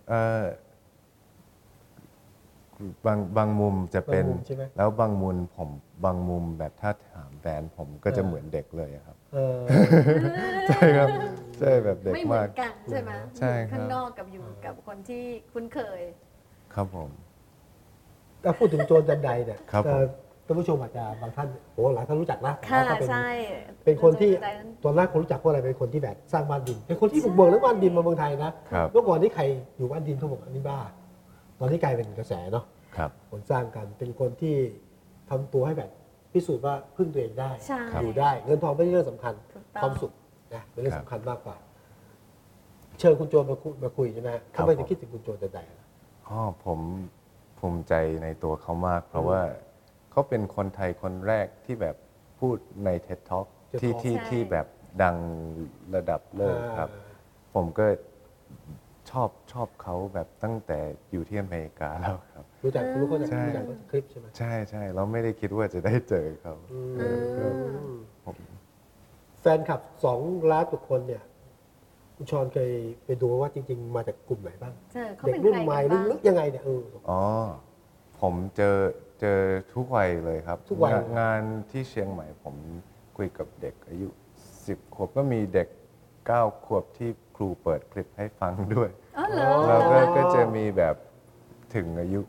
บางมุมจะเป็นบางมุมใช่ไหมแล้วบางมุมแบบถ้าถามแฟนผมก็จะเหมือนเด็กเลยครับ ใช่ครับใช่แบบเด็กไม่เหมืมาอก นกันใช่ไหมใช่ครับข้างนอกกับอยู่กับคนที่คุ้นเคยครับผมถ้าพูดถึงโจรจันไดเนี่ยครับผมท่านผู้ชมอาจจะบางท่านโอ้หลายท่านรู้จักนะค่ะแล้วก็เป็นใช่เป็นคนที่ใจนั้นตอนแรกคนรู้จักเพราะอะไรเป็นคนที่แบบสร้างบ้านดิน เป็นคนที่บุกเบิกเรื่องบ้านดินมาเมืองไทยนะครับ เมื่อก่อนที่ใครอยู่บ้านดินเขาบอกอันนี้บ้า ตอนนี้กลายเป็นกระแสเนาะครับคนสร้างกันเป็นคนที่ทำตัวให้แบบพิสูจน์ว่าพึ่งตัวเองได้ใช่อยู่ได้เงินทองไม่ใช่เรื่องสำคัญถูกต้องความสุขนะเป็นเรื่องครับสำคัญมากกว่า เชิญคุณโจมาคุยใช่ไหมฮะครับทำไมถึผงมคิดถึงคุณโจจันไดอะผมภูมิใจในตัวเขามาก เพราะว่าเขาเป็นคนไทยคนแรกที่แบบพูดใน TED Talk ที่แบบดังระดับโลกครับ ผมก็ชอบเขาแบบตั้งแต่อยู่ที่อเมริกาแล้วครับรู้จักรู้เขาจากใช่รู้จักคลิปใช่ไหมใช่เราไม่ได้คิดว่าจะได้เจอเขา ผมแฟนคลับ2 ล้านกว่าคนเนี่ยคุณชอนเคยไปดูว่าจริง ๆ มาจากกลุ่มไหนบ้างเขาเด็กเป็นรุ่นใครใหม่กันบ้างลึกๆยังไงเนี่ยอ๋อ ผมเจอทุกวัยเลยครับทุกวัยงานที่เชียงใหม่ผมคุยกับเด็กอายุ 10 ขวบก็มีเด็ก 9 ขวบที่ครูเปิดคลิปให้ฟังด้วยอ๋อเหรอแล้วก็จะมีแบบถึงอายุ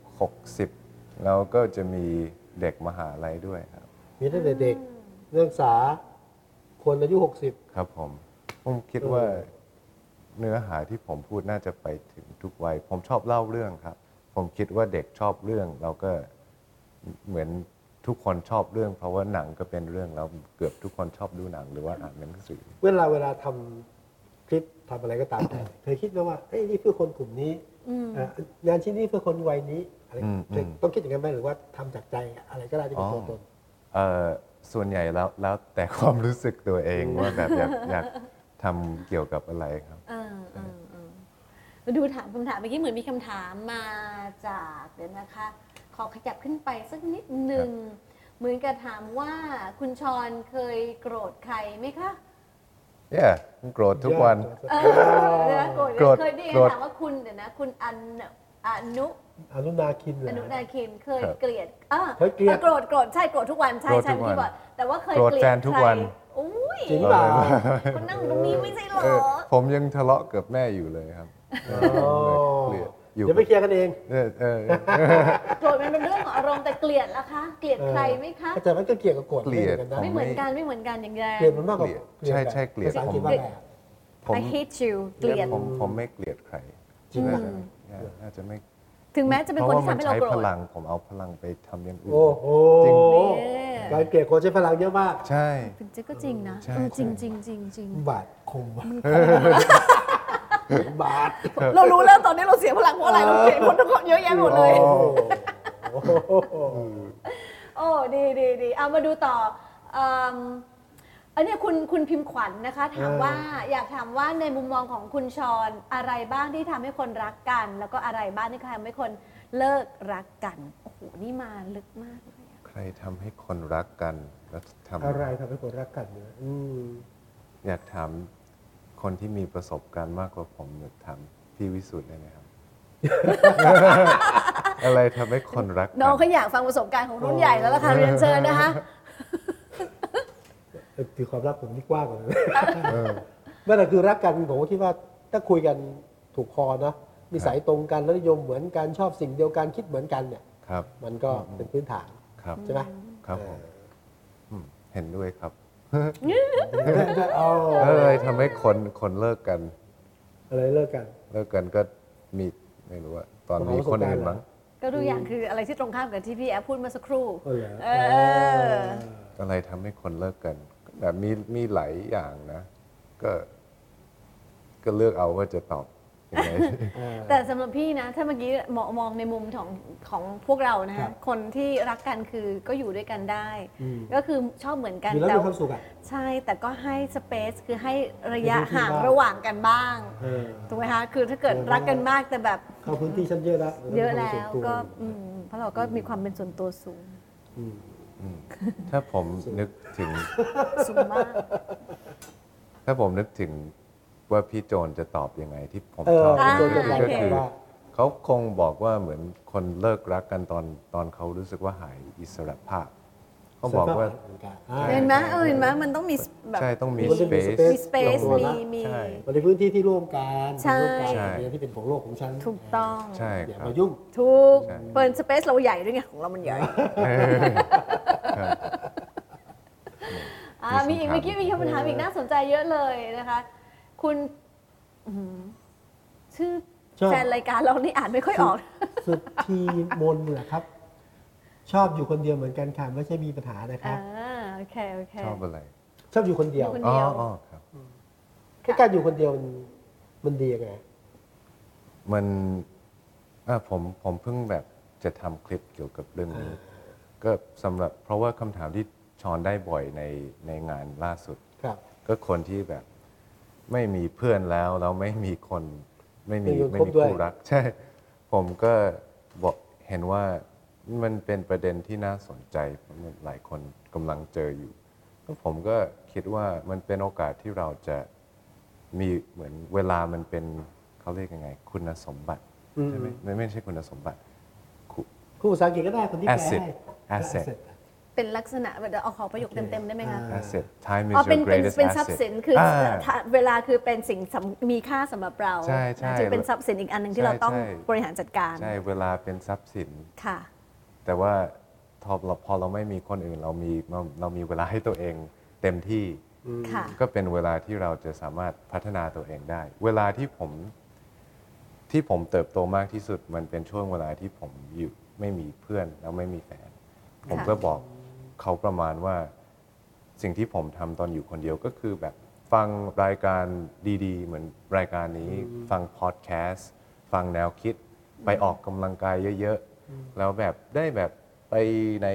60 แล้วก็จะมีเด็กมหาลัยด้วยครับมีตั้งแต่เด็กนักศึกษาคนอายุ 60 ครับผมคิดว่าเนื้อหาที่ผมพูดน่าจะไปถึงทุกวัย ผมชอบเล่าเรื่องครับ ผมคิดว่าเด็กชอบเรื่องเราก็เหมือนทุกคนชอบเรื่อง เพราะว่าหนังก็เป็นเรื่องแล้วเกือบทุกคนชอบดูหนังหรือว่าอ่านหนังสือเวลาทำคลิปทำอะไรก็ตามแต่เคยคิดไหมว่าเอ้ยนี่เพื่อคนกลุ่มนี้งานชิ้นนี้เพื่อคนวัยนี้อะไรต้องคิดอย่างนั้นไหมหรือว่าทำจากใจอะไรก็ได้ที่เป็นตัวตนส่วนใหญ่แล้วแต่ความรู้สึกตัวเองว่าแบบอยากทำเกี่ยวกับอะไรครับมาดูถามคำถามเมื่อกี้เหมือนมีคำถามมาจากเดี๋ยวนะคะ ขอขยับขึ้นไปสักนิดหนึ่งเหมือนกับถามว่าคุณชรเคยโกรธใครไหมคะโกรธทุกวันเดี๋ยวนะโกรธโกรธเคยได้ยินโกรธถามว่าคุณเดี๋ยวนะคุณอนุอนุนาคินเหรอนุอนาคินเคยครับเกลียดเคยเกลียดโกรธใช่โกรธทุกวันใช่โกรธใช่ทุกวันที่บอกแต่ว่าเคยโกรธเกลียดแฟนทุกวันใครอุ้ยจริงเปล่าคุณนั่งตรงนี้ไม่ใช่เหรอผมยังทะเลาะกับแม่อยู่เลยครับเกลียดอยู่เดี๋ยวไปเคลียร์กันเองโกรธมันเป็นเรื่องของอารมณ์แต่เกลียดล่ะคะ เกลียดใครไหมคะแต่มันก็เกลียดกับโกรธเกลียดกันได้ไม่เหมือนกันไม่เหมือนกันอย่างแรงเกลียดมันมากกว่าใช่เกลียดภาษาอังกฤษว่าอะไรอะ I hate you เกลียดผมไม่เกลียดใครจริงไหมน่าจะไม่ถึงแม้จะเป็นคนที่ทำให้เราใช้โกรพธลังผมเอาพลังไปทำอย่างอื่นโอ้โหจริงการเกลียดคนใช้พลังเยอะมากใช่ถึงจะก็จริงนะใช่จริงจริงจริงจริงบาดคมบาดเรารู้แล้วตอนนี้เราเสียพลังเพราะอะไรเราเกลียดคนทุกคนเยอะแยะหมดเลยโอ้โหโอ้ดีเอามาดูต่ออันนี้คุณพิมพ์ขวัญนะคะถามว่าอยากถามว่าในมุมมองของคุณชรอะไรบ้างที่ทำให้คนรักกัน แล้วก็อะไรบ้างที่ทำให้คนเลิกรักกันโอ้โหนี่มาลึกมากเลยอะใครทำให้คนรักกันแล้วทำอะไรทำให้คนรักกันเนี่ยอยากถามคนที่มีประสบการณ์มากกว่าผมอยากถามพี่วิสุทธ์ได้ไหมครับอะไรทำให้คนรักกัน้องเขาอยากฟังประสบการณ์ของรุ่นใหญ่แล้วล่ะค่ะเรียนเชิญนะคะคือความรักผมที่กว้างกว่านั้นเมื่อไหร่คือรักกันผมก็คิดว่าถ้าคุยกันถูกคอนะนิสัยตรงกันรสนิยมเหมือนกันชอบสิ่งเดียวกันคิดเหมือนกันเนี่ยครับมันก็เป็นพื้นฐานครับใช่ไหมครับผมเห็นด้วยครับเอาอะไรทำให้คนเลิกกันอะไรเลิกกันเลิกกันก็มีไม่รู้ว่าตอนมีคนอื่นมั้งก็ดูอย่างคืออะไรที่ตรงข้ามกับที่พี่แอฟพูดเมื่อสักครู่เออเหรอเอออะไรทำให้คนเลิกกันแบบมีหลายอย่างนะ ก็เลือกเอาว่าจะตอบยังไงแต่สำหรับพี่นะ ถ้าเมื่อกี้มองในมุมของพวกเรานะฮะคนที่รักกันคือก็อยู่ด้วยกันได้ ก็คือชอบเหมือนกันอยู่แล้วมีความสุขอ่ะใช่แต่ก็ให้สเปซคือให้ระยะห่างระหว่างกันบ้าง ถูกไหมคะคือถ้าเกิดรักกันมากแต่แบบเข้าพื้นที่ฉันเยอะแล้วเยอะแล้วก็เพราะเราก็มีความเป็นส่วนตัวสูงถ้าผมนึกถึงสูงมากถ้าผมนึกถึงว่าพี่โจนจะตอบยังไงที่ผมเออชอบโดนก็คือว่าเขาคงบอกว่าเหมือนคนเลิกรักกันตอนเขารู้สึกว่าหายอิสรภาพเขาบอกว่าเห็นไหมเห็นไหมมันต้องมีแบบใช่ต้องมีมันจะมี space มีสเปซตัวนะมีใช่มันเป็นพื้นที่ที่ร่วมกันใช่ร่วมกันใช่เนี่ยที่เป็นของโลกของฉันถูกต้องใช่อย่าครับมายุ่งถูกใช่เปิดสเปซเราใหญ่ด้วยไงของเรามันใหญ่มีอีกเมื่อกี้มีคำถามอีกน่าสนใจเยอะเลยนะคะ คุณชื่อชอบแฟนรายการเรานี่อ่านไม่ค่อยออกสุดทีมนเหรอครับ ชอบอยู่คนเดียวเหมือนกันค่ะไม่ใช่มีปัญหานะครับโอเคโอเคชอบอะไรชอบอยู่คนเดียวอยู่คนอ๋เดียวอครับแค่การอยู่คนเดียวมันดียังไงมันผมเพิ่งแบบจะทำคลิปเกี่ยวกับเรื่องนี้ ก็สำหรับเพราะว่าคำถามที่ชอนได้บ่อยในงานล่าสุดครับก็คนที่แบบไม่มีเพื่อนแล้วไม่มีคนไม่มีไม่มีคนคบด้วยคู่รัก ใช่ ผมก็บอกเห็นว่ามันเป็นประเด็นที่น่าสนใจเพราะหลายคนกำลังเจออยู่แล้วผมก็คิดว่ามันเป็นโอกาสที่เราจะมีเหมือนเวลามันเป็นเขาเรียกยังไง คุณสมบัติใช่ไหมไม่ใช่คุณสมบัติคู่ภาษาอังกฤษก็ได้คนที่แปล asset ให้ asset เป็นลักษณะเอาขอประโยคเต็มๆได้ไหมคะ asset time อ๋อ is เป็น your เป็น greatest เป็นทรัพย์สิน asset คือเวลาคือเป็นสิ่งมีค่าสำหรับเราใช่ใช่จึงเป็นทรัพย์สินอีกอันหนึ่งที่เราต้องใช่บริหารจัดการใช่เวลาเป็นทรัพย์สินค่ะแต่ว่าพอเราไม่มีคนอื่นเรามีเวลาให้ตัวเองเต็มที่ค่ะก็เป็นเวลาที่เราจะสามารถพัฒนาตัวเองได้ เวลาที่ผมเติบโตมากที่สุดมันเป็นช่วงเวลาที่ผมอยู่ไม่มีเพื่อนแล้วไม่มีแฟน ผมก็บอกเขาประมาณว่าสิ่งที่ผมทำตอนอยู่คนเดียวก็คือแบบฟังรายการดีๆ เหมือนรายการนี้ ฟังพอดแคสต์ฟังแนวคิดไปออกกำลังกายเยอะๆแล้วแบบได้แบบไปใน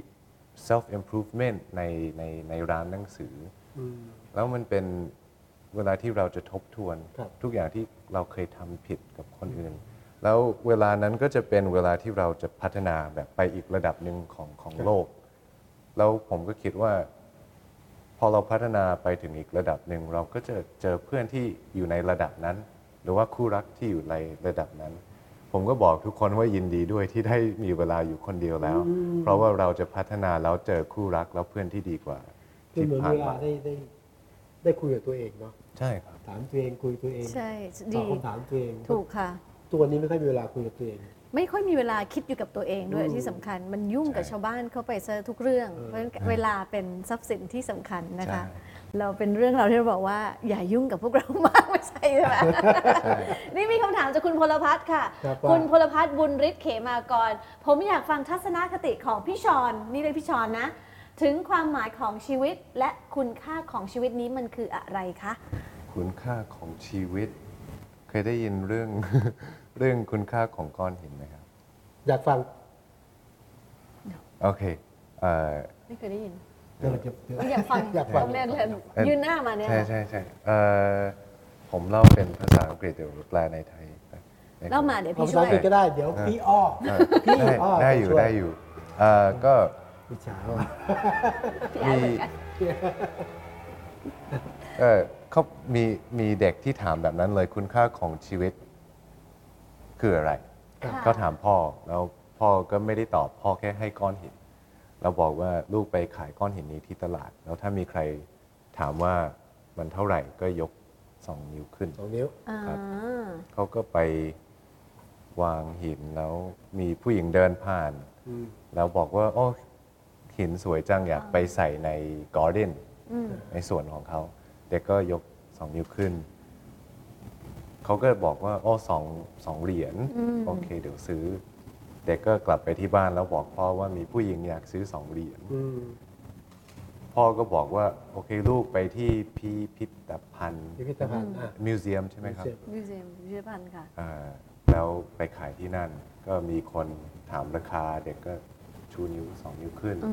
self improvement ในร้านหนังสือแล้วมันเป็นเวลาที่เราจะทบทวน ทุกอย่างที่เราเคยทำผิดกับคนอื่น แล้วเวลานั้นก็จะเป็นเวลาที่เราจะพัฒนาแบบไปอีกระดับหนึ่งของโลก แล้วผมก็คิดว่า พอเราพัฒนาไปถึงอีกระดับหนึ่งเราก็จะเจอเพื่อนที่อยู่ในระดับนั้น หรือว่าคู่รักที่อยู่ในระดับนั้น ผมก็บอกทุกคนว่ายินดีด้วยที่ได้มีเวลาอยู่คนเดียวแล้ว เพราะว่าเราจะพัฒนาแล้วเจอคู่รักแล้วเพื่อนที่ดีกว่าคือที่เหมือนผ่านเวลามาได้คุยกับตัวเองเนาะใช่ครับถามตัวเองคุยตัวเองใช่ตอบดีคำถามตัวเองถูกค่ะตัวนี้ไม่ค่อยมีเวลาคุยกับตัวเองไม่ค่อยมีเวลาคิดอยู่กับตัวเองด้วยที่สำคัญมันยุ่งกับชาวบ้านเข้าไปซะทุกเรื่อง เพราะฉะนั้นเวลาเป็นทรัพย์สินที่สำคัญนะคะใช่เราเป็นเรื่องเราที่เราบอกว่าอย่ายุ่งกับพวกเรามากไม่ใช่ไหม นี่มีคำถามจากคุณพลพัฒน์ค่ะครับว่าคุณพลพัฒน์บุญฤทธิ์เขมากร ผมอยากฟังทัศนคติของพี่ชอนนี่เลยพี่ชอนนะ ถึงความหมายของชีวิตและคุณค่าของชีวิตนี้มันคืออะไรคะคุณค่าของชีวิต เคยได้ยินเรื่อง เรื่องคุณค่าของก้อนหินไหมครับอยากฟังโอเคไม่เคยได้ยินเดี๋ยวเดี๋ยวอยากฟังอยากฟังต้องแน่เลยยื่นหน้ามาเนี่ยใช่ผมเล่าเป็นภาษาอังกฤษเดี๋ยวแปลในไทยเล่ามาเดี๋ยวเอาพี่ภาษาช่วยอังกฤษก็ได้เดี๋ยวพี่อ้อพี่อ้อได้อยู่ช่วยได้อยู่ก็อิจฉาว่ะพี่อาร์ตเหมือนกันเขามีเด็กที่ถามแบบนั้นเลยคุณค่าของชีวิตคืออะไรค่ะก็ถามพ่อแล้วพ่อก็ไม่ได้ตอบพ่อแค่ให้ก้อนหินแล้วบอกว่าลูกไปขายก้อนหินนี้ที่ตลาด แล้วถ้ามีใครถามว่ามันเท่าไหร่ก็ยก2 นิ้วขึ้น 2 นิ้วอ่าครับ เขาก็ไปวางหินแล้วมีผู้หญิงเดินผ่าน แล้วบอกว่าโอ้หินสวยจังอยากไปใส่ในการ์เด้นในสวนของเขา เด็กก็ยก2 นิ้วขึ้น เขาก็บอกว่าโอ้สองเหรียญโอเคเดี๋ยวซื้อ เด็กก็กลับไปที่บ้านแล้วบอกพ่อว่ามีผู้หญิงอยากซื้อ2 เหรียญพ่อก็บอกว่าโอเคลูกไปที่พิพิธภัณฑ์พิพิธภัณฑ์มิวเซียมใช่ไหมครับมิวเซียมพิพิธภัณฑ์ค่ะแล้วไปขายที่นั่น ก็มีคนถามราคา เด็กก็ชูนิ้ว2 นิ้วขึ้น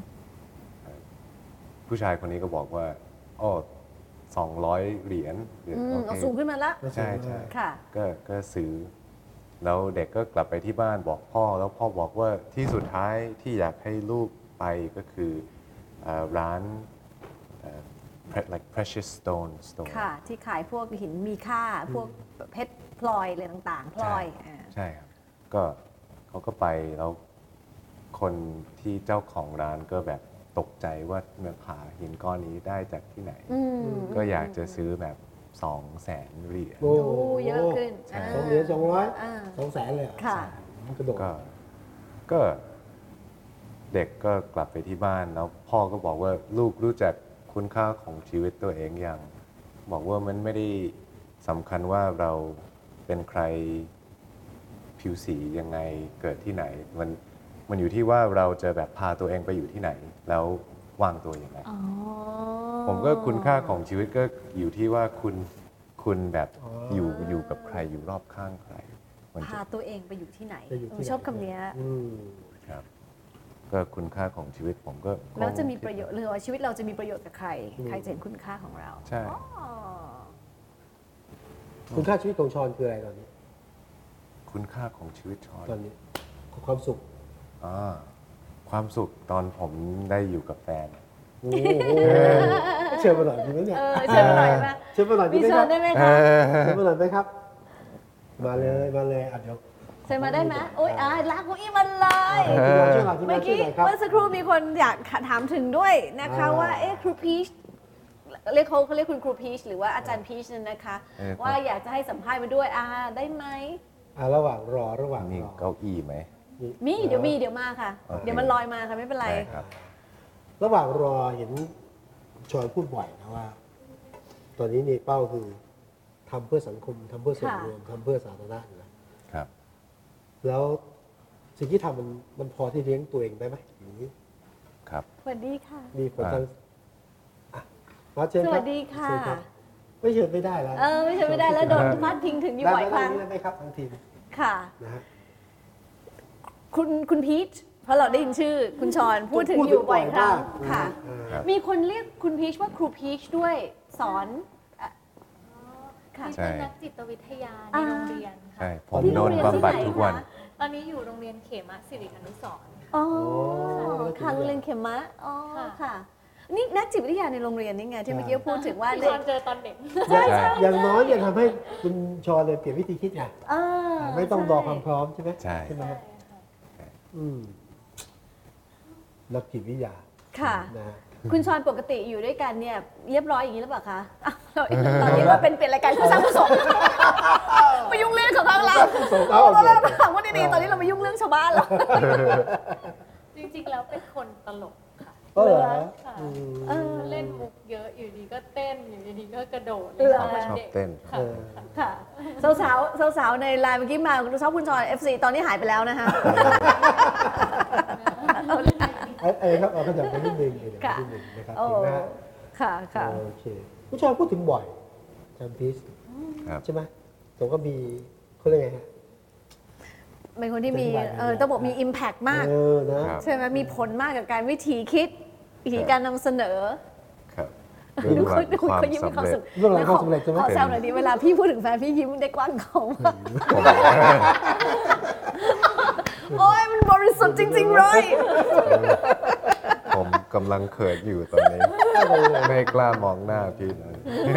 ผู้ชายคนนี้ก็บอกว่าอ้อ200 เหรียญโอเคเอาสูงขึ้นมาละใช่ใช่ค่ะก็ซื้อ แล้วเด็กก็กลับไปที่บ้านบอกพ่อ แล้วพ่อบอกว่าที่สุดท้ายที่อยากให้ลูกไปก็คือร้าน like precious stone store ค่ะ ที่ขายพวกหินมีค่า พวกเพชรพลอยอะไรต่างๆ พลอยใช่ครับก็เขาก็ไปแล้วคนที่เจ้าของร้านก็แบบตกใจว่าเมื่อหาหินก้อนนี้ได้จากที่ไหน ก็อยากจะซื้อแบบ200,000 เหรียญโอ้เยอะขึ้น 2 เหรียญ200 อ่า 200,000 เลยเหรอค่ะกระโดดก็เด็กก็กลับไปที่บ้านแล้วพ่อก็บอกว่าลูกรู้จักคุณค่าของชีวิตตัวเองอย่างบอกว่ามันไม่ได้สำคัญว่าเราเป็นใครผิวสียังไงเกิดที่ไหน มันอยู่ที่ว่าเราจะแบบพาตัวเองไปอยู่ที่ไหน แล้ววางตัวยังไงผมก็คุณค่าของชีวิตก็อยู่ที่ว่าคุณแบบอยู่กับใครอยู่รอบข้างใครมันจะพาตัวเองไปอยู่ที่ไหนไปอยู่ที่ไหนชอบคำนี้ครับก็คุณค่าของชีวิตผมก็แล้วจะมีประโยชน์หรือว่าชีวิตเราจะมีประโยชน์กับใคร ใครจะเห็นคุณค่าของเราใช่คุณค่าชีวิตของชอนคืออะไรตอนนี้คุณค่าของชีวิตชอนตอนนี้ความสุขความสุขตอนผมได้อยู่กับแฟนโอ้โหเชิญมาหน่อยดีไหมเนี่ยเชิญมาหน่อยไหมเชิญมาหน่อยดีมีไหมเชิครัญบได้ไหมคะเชิญมาหน่อยไหมครับ มาเลยเดี๋ยวเชิญมาได้ไหมโอ๊ยลากเก้าอี้มันเลยช่วยหน่อยเมื่อกี้ครับเมื่อสักครู่มีคนอยากถามถึงด้วยนะคะว่าครูพีชเรียกเขาเรียกคุณครูพีชหรือว่าอาจารย์พีชนั่นนะคะ ว่าอยากจะให้สัมภาษณ์มาด้วยได้ไหมระหว่างรอมีเก้าอี้ไหมเดี๋ยวมาค่ะโอเคเดี๋ยวมันลอยมาค่ะไม่เป็นไรได้ครับระหว่างรอเห็นชอนพูดบ่อยนะว่า ตอนนี้นี่เป้าคือทำเพื่อสังคมทำเพื่อส่วนรวมทำเพื่อสาธารณะนะครับ แล้วสิ่งที่ทำมันพอที่เลี้ยงตัวเองได้ไหมอย่างนี้ครับสวัสดีค่ะมีผลทางมาเชิญสครัวับสดีค่ะเชิญครับไม่เชิญไม่ได้แล้วไม่ใช่ไม่ได้แล้วโดนพาดพิงถึงอยู่บ่อยครั้งได้ไหมครับทางทีมค่ะนะฮะคุณพีชเพราะเราได้ยินชื่อคุณชอนพูดถึงอยู่บ่อยครั้งค่ะครับมีคนเรียกคุณพีชว่าครูพีชด้วยสอนค่ะใช่เป็นนักจิตวิทยาในโรงเรียนค่ะใช่ผมโดนบำบัดทุกวันตอนนี้อยู่โรงเรียนเขมสิริอนุสรณ์อ๋อแล้วค่ะโรงเรียนเขมะอ๋อค่ะค่ะ นี่นักจิตวิทยาในโรงเรียนนี่ไงที่เมื่อกี้พูดถึงว่าที่เด็ตกอนเจอตอนเด็กอย่างน้อยเนี่ยทำให้คุณชอนเนี่ยเปลี่ยนวิธีคิดไงอ่าไม่ต้องรอความพร้อมใช่ไหมใช่ไหมครับนักจิตวิทยาค่ะนะฮะคุณชอนปกติอยู่ด้วยกันเนี่ยเรียบร้อยอย่างนี้หรือเปล่าคะอ่ะตอนนี้เราเป็นรายการผู้สร้างผู้สมมายุ่งเรื่องของเราส่งเขาเราถามว่าดีๆตอนนี้เรามายุ่งเรื่องชาวบ้านแล้วจริงๆแล้วเป็นคนตลกค่ะเหรอค่ะเออเล่นมุกเยอะอยู่ดีก็เต้นอยู่ดีก็กระโดดเหรอหมืชอบด็กเต้นค่ะค่ะสาวๆในไลน์เมื่อกี้มาชอบคุณชอน FC ตอนนี้หายไปแล้วนะคะไอ้ครับเอาขยับไปนิดนึงเดี๋ยวค่ะนิดนึงนะครับโอ้เห็นไหมฮะค่ะโอเคผู้ชายพูดถึงบ่อยจำพีซครับใช่ไหมผมก็มีเขาเรียกไงฮะเป็นคนที่มีเป็นแบบต้องบอกมี impact มากนะครับใช่ไหมมีผลมากกับการวิธีคิด วิธีการนำเสนอครับดูเรื่องราวเขาความยิ้มมีสำความเร็จสุขเรื่องราวความสำเร็จใช่ไหมขอแซวหน่อยดิเวลาพี่พูดถึงแฟนพี่ยิ้มได้กว้างเขามากโอ้ยมันบริสุทธิ์จริงๆเลยผมกำลังเขินอยู่ตอนนี้ ไม่กล้ามองหน้าพี่เลย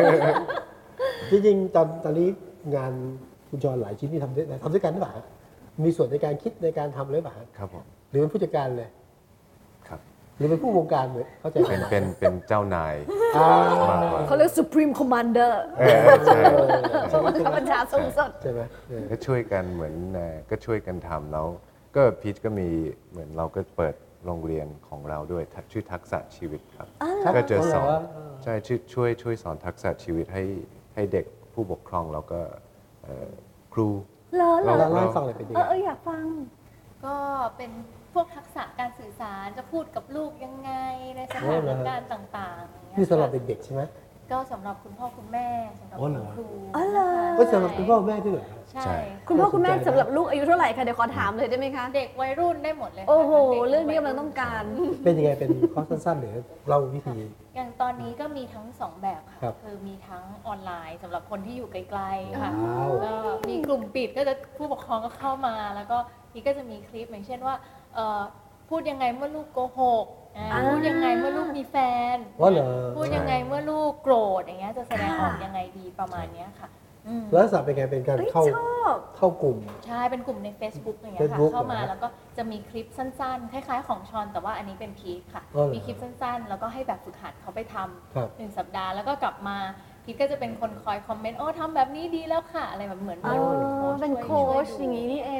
จริงๆตอนนี้งานคุณจรหลายชิ้นที่ทำด้วยกันหรือเปล่ามีส่วนในการคิดในการทำเลยป่ะฮะครับผมหรือเป็นผู้จัดการเลยครับหรือเป็นผู้บงการเลยเข้าใจไหมเป็นเจ้านายอ่ามากกว่าเขาเรียก Supreme Commander ใช่ผู้บังคับบัญชาสูงสุดใช่ไหมก็ช่วยกันเหมือนก็ช่วยกันทำแล้วก็พีชก็มีเหมือนเราก็เปิดโรงเรียนของเราด้วยชื่อทักษะชีวิตครับ ก็จะสอนใช่ช่วยสอนทักษะชีวิตให้เด็กผู้ปกครองแล้วก็ครูเหรอเราเล่าให้ฟังเลยเป็นยังไงอยากฟังก็เป็นพวกทักษะการสื่อสารจะพูดกับลูกยังไงในสถานการณ์ต่างๆอย่างเงี้ยนี่สำหรับค่ะเด็กๆใช่ไหมก็สำหรับคุณพ่อคุณแม่สำหรับอ๋อคุเหรอณครูอ๋อเหรอก็สำหรับคุณพ่อแม่ด้วยเหรอใช่ใช่คุณพ่อคุณแม่สำหรับลูกอายุเท่าไหร่คะเดี๋ยวขอถามเลยได้ไหมคะเด็กวัยรุ่นได้หมดเลยค่ะโอ้โหด็กเรื่องนี้กำลังต้องการเป็นยังไงเป็นข้อสั้นๆหรือเล่าวิธีอย่างตอนนี้ก็มีทั้งสองแบบค่ะครับคือมีทั้งออนไลน์สำหรับคนที่อยู่ไกลๆค่ะว้าวก็มีกลุ่มปิดก็จะผู้ปกครองก็เข้ามา แล้วก็นี่ก็จะมีคลิปอย่างเช่นว่าพูดยังไงเมื่อลูกโกหกพูดยังไงเมื่อลูกมีแฟนว่าเหรอพูดยังไงเมื่อลูกโกรธอย่างเงี้ยจะแสดงออกยังไงดีประมาณเนี้ยค่ะอืมแล้วลักษณะเป็นไงเป็นการเฮ้ยเข้าชอบเข้ากลุ่มใช่เป็นกลุ่มใน Facebook อย่างเงี้ยค่ะ Facebook เข้ามาเหรอแล้วก็จะมีคลิปสั้นๆ คล้ายๆของชอนแต่ว่าอันนี้เป็นพีคค่ะอ๋อเหรอมีคลิปสั้นๆ แล้วก็ให้แบบฝึกหัดเขาไปทครับำ1 สัปดาห์แล้วก็กลับมาพีคก็จะเป็นคนคอยคอมเมนต์โอ้ทำแบบนี้ดีแล้วค่ะ อะไรแบบเหมือนอ๋อ เป็นโค้ชอย่างนี้นี่เอง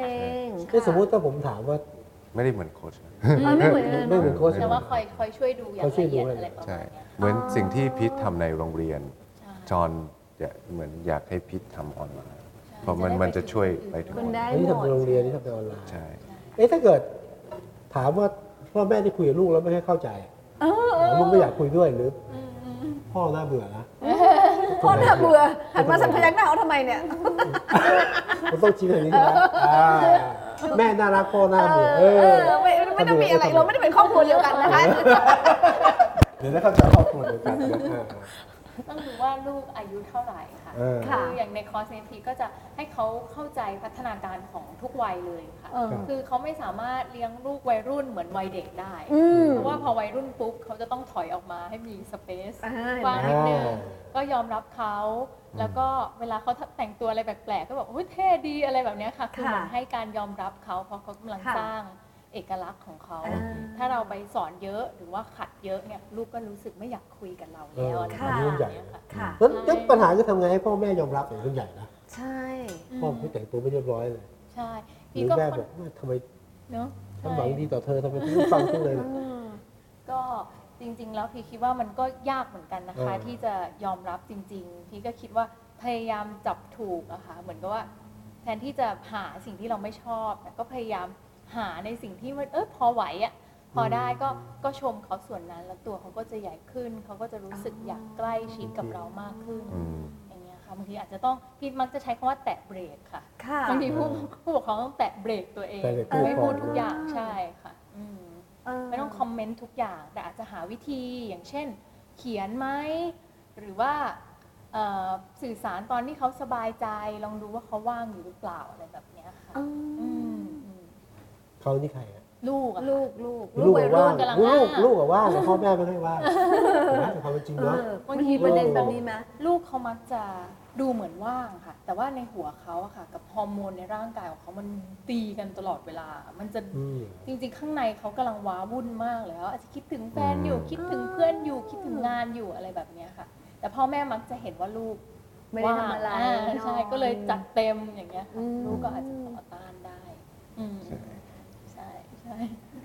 นี่สมมุติถ้าผมถามว่าไม่ได้เหมือนโค้ชนะไม่เหมือนกันไม่เหมือนโค้ชแต่ว่าคอยช่วยดูอย่างเขาช่วยละเอียดดูอะไรประใช่มาณเนี้ยเหมือนสิ่งที่พีททำในโรงเรียนใช่จอห์นเหมือนอยากให้พีททำออนไลน์ใช่เพราะมันจะช่วยไปถึงคุณได้อันนี้หมทำในดโรงเรียนนี่ทำในออนไลน์ใช่ถ้าเกิดถามว่าพ่อแม่ที่คุยกับลูกแล้วไม่ให้เข้าใจลูกไม่อยากคุยด้วยหรือพ่อน่าเบื่อนะพ่อน่าเบื่อหันมาสั่งพยักหน้าเขาทำไมเนี่ยมันต้องชี้อย่างนี้ใช่ไหมแม่น่ารักพ่อน่าเบื่อไม่ต้องมีอะไรเราไม่ได้เป็นครอบครัวเดียวกันนะคะเดี๋ยวได้เข้าใจครอบครัวเดียวกันนะต้องดูว่าลูกอายุเท่าไหร่ค่ะค่ะคืออย่างในคอร์ส NP ก็จะให้เขาเข้าใจพัฒนาการของทุกวัยเลยค่ะเออคือเขาไม่สามารถเลี้ยงลูกวัยรุ่นเหมือนวัยเด็กได้อืมเพราะว่าพอวัยรุ่นปุ๊บเขาจะต้องถอยออกมาให้มีสเปซอ่าว่างนิดนึงอ่าก็ยอมรับเขา แล้วก็เวลาเขาแต่งตัวอะไรแปลกๆ ก็บอกโอ้ยเท่ดีอะไรแบบเนี้ยค่ะ คือเหมือนให้การยอมรับเขาเพราะเขากำลังค่ะสร้างเอกลักษณ์ของเขาอ่าถ้าเราไปสอนเยอะหรือว่าขัดเยอะเนี่ยลูกก็รู้สึกไม่อยากคุยกับเราแล้วอะไรค่ะแบบเนี้ยค่ะค่ะแล้วปัญหาคือทำไงให้พ่อแม่ยอมรับอย่างเรื่องใหญ่นะใช่พ่อไม่แต่งตัวไม่เรียบร้อยเลยใช่หพี่รือก็แม่ค่อนบอกว่าทำไมเนาะฉันหวังดีต่อเธอทำไมถึงไม่ฟังฉันเลยก็จริงๆ แล้วพี่คิดว่ามันก็ยากเหมือนกันนะคะเออที่จะยอมรับจริง ๆ พี่ก็คิดว่าพยายามจับถูกอะค่ะเหมือนกับว่า แทนที่จะหาสิ่งที่เราไม่ชอบแต่ก็พยายามหาในสิ่งที่มันพอไหวอะพอได้ก็ชมเขาส่วนนั้น แล้วตัวเขาก็จะใหญ่ขึ้นเขาก็จะรู้สึกอยากใกล้ชิดกับเรามากขึ้นอืมอย่างเงี้ยค่ะบางทีอาจจะต้องพี่มักจะใช้คำว่าแตะเบรกค่ะค่ะบางทีผู้ปกครองต้องแตะเบรกตัวเองแตะเบรกผู้ปกครองไม่พูดทุกอย่างใช่ค่ะอืมเไม่ต้องคอมเมนต์ทุกอย่าง แต่อาจจะหาวิธีอย่างเช่น เขียนไหมหรือว่าสื่อสารตอนที่เขาสบายใจลองดูว่าเขาว่างอยู่หรือเปล่าอะไรแบบเนี้ยค่ะอืมอืมเขานี่ใครอะลูกอะลูค่ะกลูกลูกวัยอะว่ารุ่งนกำลังลูกอะว่างแต่พ่อแม่ไม่ให้ว่างแต่ความเป็นจริงเนาะบางทีประเด็นแบบนี้ไหมลูกเขามักจะดูเหมือนว่างค่ะ แต่ว่าในหัวเขาอะค่ะ กับฮอร์โมนในร่างกายของเขามันตีกันตลอดเวลา มันจะอืมจริงๆ ข้างในเขากำลังว้าวุ่นมากเลยอาจจะคิดถึงแฟนอยู่คิดถึงเพื่อนอยู่คิดถึงงานอยู่อะไรแบบเนี้ยค่ะ แต่พ่อแม่มักจะเห็นว่าลูกไม่ได้ทำอะไรว่างใช่ก็เลยจัดเต็มอย่างเงี้ยอืค่ะมลูกก็อาจจะต่อต้านได้ อืมใช่ใช่ใช่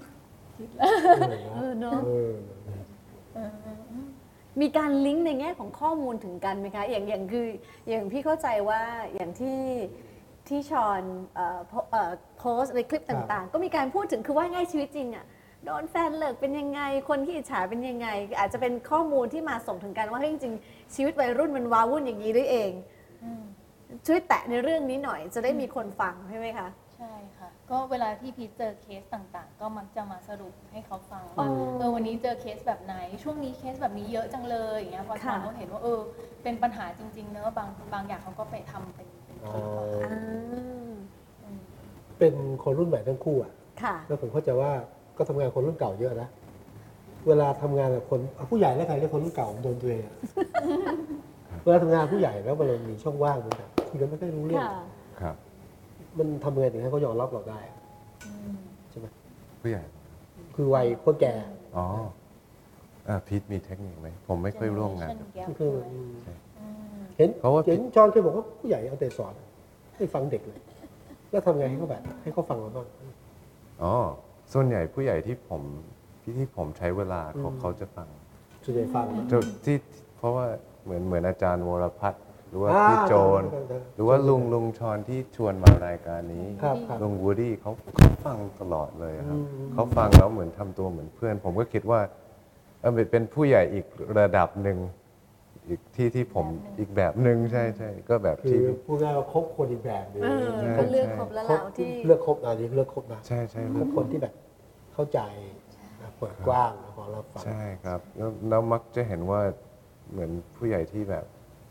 เนอะเออเออมีการลิงก์ในแง่ของข้อมูลถึงกันไหมคะ อย่างคืออย่างพี่เข้าใจว่าอย่างที่ชอนโพสต์ในคลิปต่างๆ ก็มีการพูดถึงคือว่าง่ายชีวิตจริงอะโดนแฟนเลิกเป็นยังไง คนที่อิจฉาเป็นยังไง อาจจะเป็นข้อมูลที่มาส่งถึงกันว่าเฮ้ยจริงๆชีวิตวัยรุ่นมันว้าวุ่นอย่างนี้ด้วยเองอืมช่วยแตะในเรื่องนี้หน่อย จะได้มีคนฟังใช่ไหมคะใช่ค่ะ ก็เวลาที่พีชเจอเคสต่างๆ ก็มักจะมาสรุปให้เขาฟังว่า วันนี้เจอเคสแบบไหน ช่วงนี้เคสแบบนี้เยอะจังเลยอย่างเงี้ยพอชอนเขาเห็นว่าเป็นปัญหาจริงๆเนอะบางอย่างเขาก็ไปทำเป็นคลิปอะค่ะ อืมเป็นคนรุ่นใหม่ทั้งคู่อะค่ะแล้วผมเข้าใจว่าก็ทำงานคนรุ่นเก่าเยอะนะ เวลาทำงานกับคนผู้ใหญ่และใครเรียกคนรุ่นเก่าโดนตัวเองอะเวลาทำงานผู้ใหญ่แล้วมันมีช่องว่างเหมือนกันคุยกันไม่ค่อยรู้เรื่องค่ะครับมันทำยังไงถึงให้เขายอมรับเราได้ใช่ไหมผู้ใหญ่คือวัยคนแก่อ๋อพีทมีเทคนิคไหมผมไม่ค่อยร่วมงานกับ Generation gap คือด้วยเห็นเพราะว่าเห็นจอนเคยบอกว่าผู้ใหญ่เอาแต่สอนให้ฟังเด็กเลยแล้วทำไงให้เขาแบบให้เขาฟังเราบ้างอ๋อส่วนใหญ่ผู้ใหญ่ที่ผมใช้เวลาเขาจะฟังส่วนใหญ่ฟังนะที่เพราะว่าเหมือนอาจารย์วรพัฒน์หรือว่าอ่าพี่โจนใช่หรือว่าลุงชอนที่ชวนมารายการนี้ครับครับลุงวูดดี้เขาฟังตลอดเลยครับอืมเขาฟังแล้วเหมือนทำตัวเหมือนเพื่อน ผมก็คิดว่าเป็นผู้ใหญ่อีกระดับหนึ่งอีกที่ผมอีกแบบหนึ่งใช่ก็แบบคือที่พูดง่ายว่าคบคนอีกแบบหนึงเขาเลือกครบแล้วเราที่เลือกคบนะนี่เลือกคบนะใช่คบคนที่แบบเข้าใจนะเปิดกว้างนะพอเราฟังใช่ครับแล้วมักจะเห็นว่าเหมือนผู้ใหญ่ที่แบบ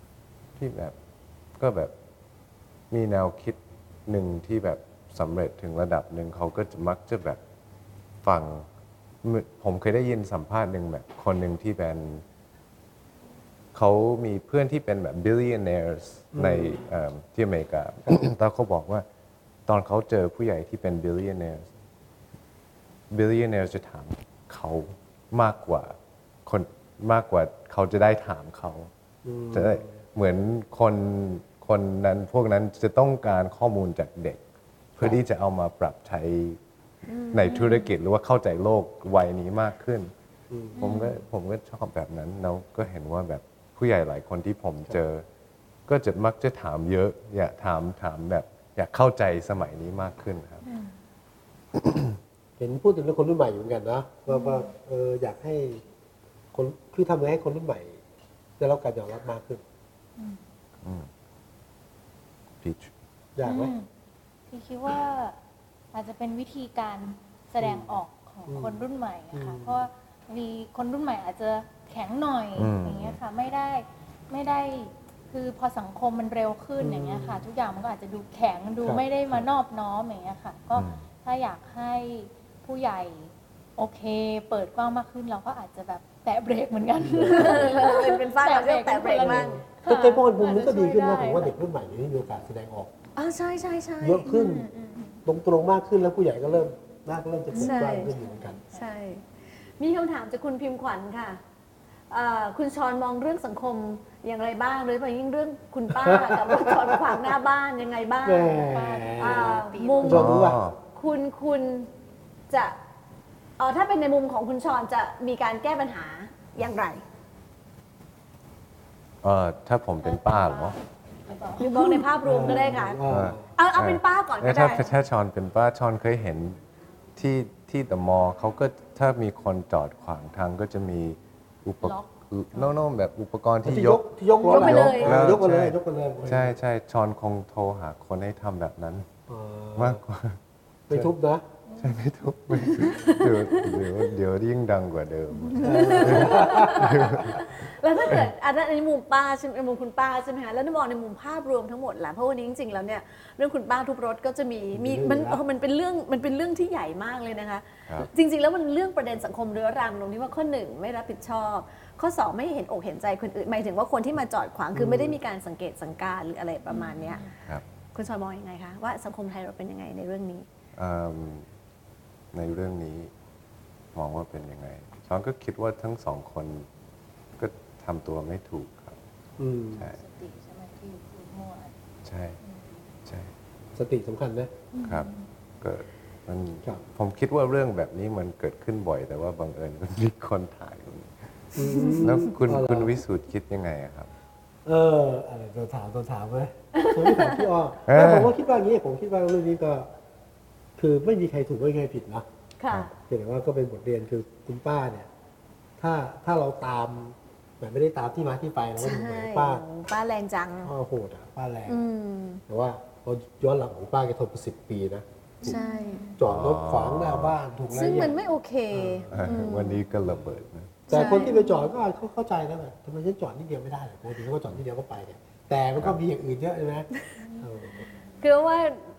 ก็แบบมีแนวคิดหนึ่งที่แบบสำเร็จถึงระดับหนึ่งเขาก็จะมักจะแบบฟังผมเคยได้ยินสัมภาษณ์หนึ่งแบบคนหนึ่งที่เป็นเขามีเพื่อนที่เป็นแบบ billionaires ในที่อเมริกา แล้วเขาบอกว่าตอนเขาเจอผู้ใหญ่ที่เป็น billionaires จะถามเขามากกว่าเขาจะได้ถามเขาจะได้เหมือนคนนั้นพวกนั้นจะต้องการข้อมูลจากเด็ก เพื่อที่จะเอามาปรับใช้ในธุรกิจหรือว่าเข้าใจโลกวัยนี้มากขึ้น ผมก็ชอบแบบนั้นแล้วก็เห็นว่าแบบผู้ใหญ่หลายคนที่ผมเจอ ก็จะมักจะถามเยอะ อยากถามแบบอยากเข้าใจสมัยนี้มากขึ้นครับเห็นพูดถึงเรื่องคนรุ่นใหม่อยู่เหมือนกันนะว่าอยากให้คนคือทำยังไงให้คนรุ่นใหม่ได้รับการยอมรับมากขึ้น Peach อยากไหมพี่คิดว่าอาจจะเป็นวิธีการแสดงออกของคนรุ่นใหม่อะค่ะเพราะว่ามีคนรุ่นใหม่อาจจะแข็งหน่อยอย่างเงี้ยค่ะไม่ได้คือพอสังคมมันเร็วขึ้นอย่างเงี้ยค่ะ ทุกอย่างมันก็อาจจะดูแข็งดูไม่ได้มานอบน้อมอย่างเงี้ยค่ะ ก็ถ้าอยากให้ผู้ใหญ่โอเค เปิดกว้างมากขึ้นเราก็อาจจะแบบแตะเบรกเหมือนกันเป็นฝ้ายเราเรียกแต่เบรกบ้างแต่พอมุมนี้ก็ดีขึ้นนะผมว่าเด็กรุ่นใหม่นี้มีโอกาสแสดงออกใช่เยอะขึ้นตรงมากขึ้นแล้วผู้ใหญ่ก็เริ่มจะเปิดกว้างขึ้นอยู่เหมือนกันใช่ มีคำถามจากคุณพิมพ์ขวัญค่ะคุณชอนมองเรื่องสังคมอย่างไรบ้างโดยเฉพาะยิ่งเรื่องคุณป้ากับคุณชอนขวางหน้าบ้านยังไงบ้างแหมมุมชอนรู้ป่ะคุณจะถ้าเป็นในมุมของคุณชอนจะมีการแก้ปัญหาอย่างไรถ้าผมเป็นป้าเหรอหรือมองในภาพรวมก็ได้ค่ะ เอาเป็นป้าก่อนก็ได้ถ้าชอนเป็นป้าชอนเคยเห็นที่เดอะมอลล์เขาก็ถ้ามีคนจอดขวางทางก็จะมีอุปกรณ์แบบอุปกรณ์ที่ยกที่ยกล้อหลังยกไปเลยยกไปเลยยกไปเลยใช่ชอนคงโทรหาคนให้ทำแบบนั้น มากกว่าไม่ทุบนะใช่ไม่ทุกเดี๋ยวยิ่งดังกว่าเดิมแล้วถ้าเกิดอันนั้นในมุมป้าใช่ไหมในมุมคุณป้าใช่ไหมคะแล้วถ้ามองในมุมภาพรวมทั้งหมดล่ะเพราะวันนี้จริงๆแล้วเนี่ยเรื่องคุณป้าทุบรถก็จะมีมันเป็นเรื่องที่ใหญ่มากเลยนะคะ จริงๆแล้วมันเรื่องประเด็นสังคมเรื้อรังตรงที่ว่าข้อหนึ่งไม่รับผิดชอบข้อสองไม่เห็นอกเห็นใจคนอื่นหมายถึงว่าคนที่มาจอดขวางคือไม่ได้มีการสังเกตสังการหรืออะไรประมาณเนี้ยคุณชอยมองยังไงคะว่าสังคมไทยเราเป็นยังไงในเรื่องนี้ในเรื่องนี้มองว่าเป็นยังไงชอนก็คิดว่าทั้งสองคนก็ทำตัวไม่ถูกครับใช่สติใช่ไหมที่พูดมั่วใช่สติสำคัญนะครับก็มันครับผมคิดว่าเรื่องแบบนี้มันเกิดขึ้นบ่อย แต่ว่าบังเอิญมันมีคนถ่ายแล้วคุณวิสุทธ์คิดยังไงอะครับอะไรตัวถามไหมตัวที่ถามพี่อ้อผมว่าคิดว่าอย่างนี้ผมคิดว่าเรื่องนี้ก็ คือไม่มีใครถูกไม่มีใครผิดนะค่ะเพียงแต่ว่าก็เป็นบทเรียนคือคุณป้าเนี่ย ถ้าเราตามแบบไม่ได้ตามที่มาที่ไปเราก็จะเหมือนป้าแรงจังป้าโหดอ่ะป้าแรงแต่ว่าพอย้อนหลังของป้าแกทนไป10 ปีนะใช่จอดรถขวางหน้าบ้านถูกไล่ซึ่งแย่มันไม่โอเควันนี้ก็ระเบิดนะแต่คนที่ไปจอดก็เขาเข้าใจนะแบบทำไมฉันจอดนิดเดียวไม่ได้เลยปกติเขาก็จอดนิดเดียวก็ไปเนี่ยแต่มันก็มีอย่างอื่นเยอะใช่ไหมคือว่า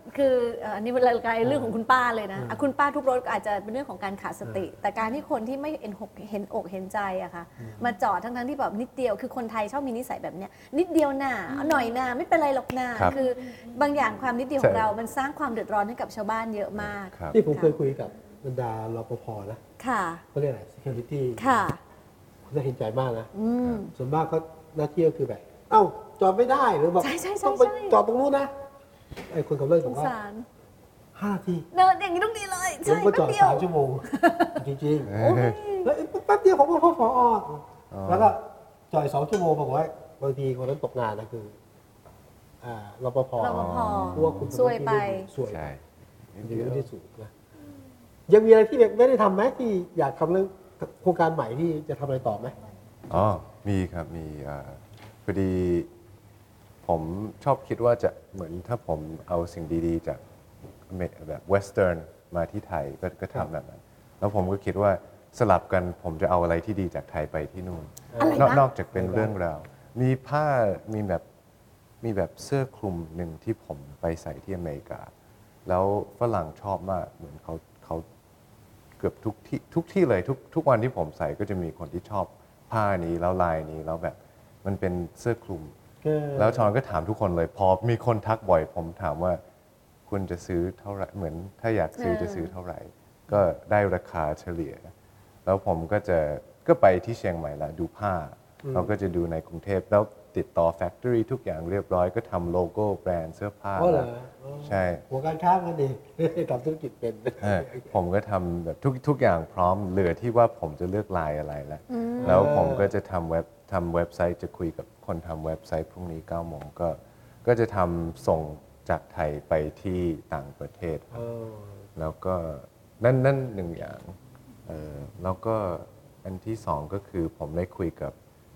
คืออันนี้เป็นรายการเรื่องของคุณป้าเลยนะคุณป้าทุกรถก็อาจจะเป็นเรื่องของการขาดสติ แต่การที่คนที่ไม่เห็นอกเห็นใจอะค่ะมาจอดทั้งที่แบบนิดเดียวคือคนไทยชอบมีนิสัยแบบเนี้ยนิดเดียวหน้าหน่อยหน้าไม่เป็นไรหรอกหน้าคือบางอย่างความนิดเดียวของเรามันสร้างความเดือดร้อนให้กับชาวบ้านเยอะมากที่ผมเคยคุยกับบรรดารปภนะค่ะเขาเรียกอะไร security ค่ะคุณจะเห็นใจมากนะส่วนมากก็หน้าที่ก็คือแบบเอ้าจอดไม่ได้หรือแบบใช่ต้องไปจอดตรงนู้นนะไอ้คนขับรถสบอกงว่าสาร 5 นาทีเดินอย่างนี้ต้องดีเลยผมก็จอดแป๊บเดียว 3 ชั่วโมง จริงๆแล้วแป๊บเดียวผมก็พอแล้วก็จอด2 ชั่วโมงบอกว่าบางทีคนนั้นตกงานนะคือรปภรปภเพราะว่าคุณซวยไปซวยใช่ดีไม่ได้สูงนะยังมีอะไรที่แบบไม่ได้ทำไหมที่อยากทำเรื่องโครงการใหม่ที่จะทำอะไรต่อไหมอ๋อมีครับมีพอดีผมชอบคิดว่าจะเหมือนถ้าผมเอาสิ่งดีๆจากแบบเวสเทิร์นมาที่ไทยก็ทำแบบนั้นแล้วผมก็คิดว่าสลับกันผมจะเอาอะไรที่ดีจากไทยไปที่นู่นอะไรบ้างนอกจากเป็นเรื่องราวมีผ้ามีแบบเสื้อคลุมหนึ่งที่ผมไปใส่ที่อเมริกา แล้วฝรั่งชอบมากเหมือนเขาเกือบทุกที่เลยทุกวันที่ผมใส่ก็จะมีคนที่ชอบผ้านี้แล้วลายนี้แล้วแบบมันเป็นเสื้อคลุม แล้วชอนก็ถามทุกคนเลยพอมีคนทักบ่อยผมถามว่าคุณจะซื้อเท่าไหร่เหมือนถ้าอยากซื้อจะซื้อเท่าไหร่ ก็ได้ราคาเฉลี่ย แล้วผมก็ไปที่เชียงใหม่ละดูผ้าเราก็จะดูในกรุงเทพแล้วติดต่อแฟคทอรี่ทุกอย่างเรียบร้อยก็ทำโลโก้แบรนด์เสื้อผ้าอ๋อเหรอใช่หัวการค้ากันดีทำธุรกิจเป็นผมก็ทำแบบทุกอย่างพร้อมเหลือที่ว่าผมจะเลือกลายอะไรแล้วผมก็จะทำเว็บไซต์จะคุยกับคนทำเว็บไซต์พรุ่งนี้9 โมงก็จะทำส่งจากไทยไปที่ต่างประเทศครับแล้วก็นั่นหนึ่งอย่างแล้วก็อันที่สองก็คือผมได้คุยกับ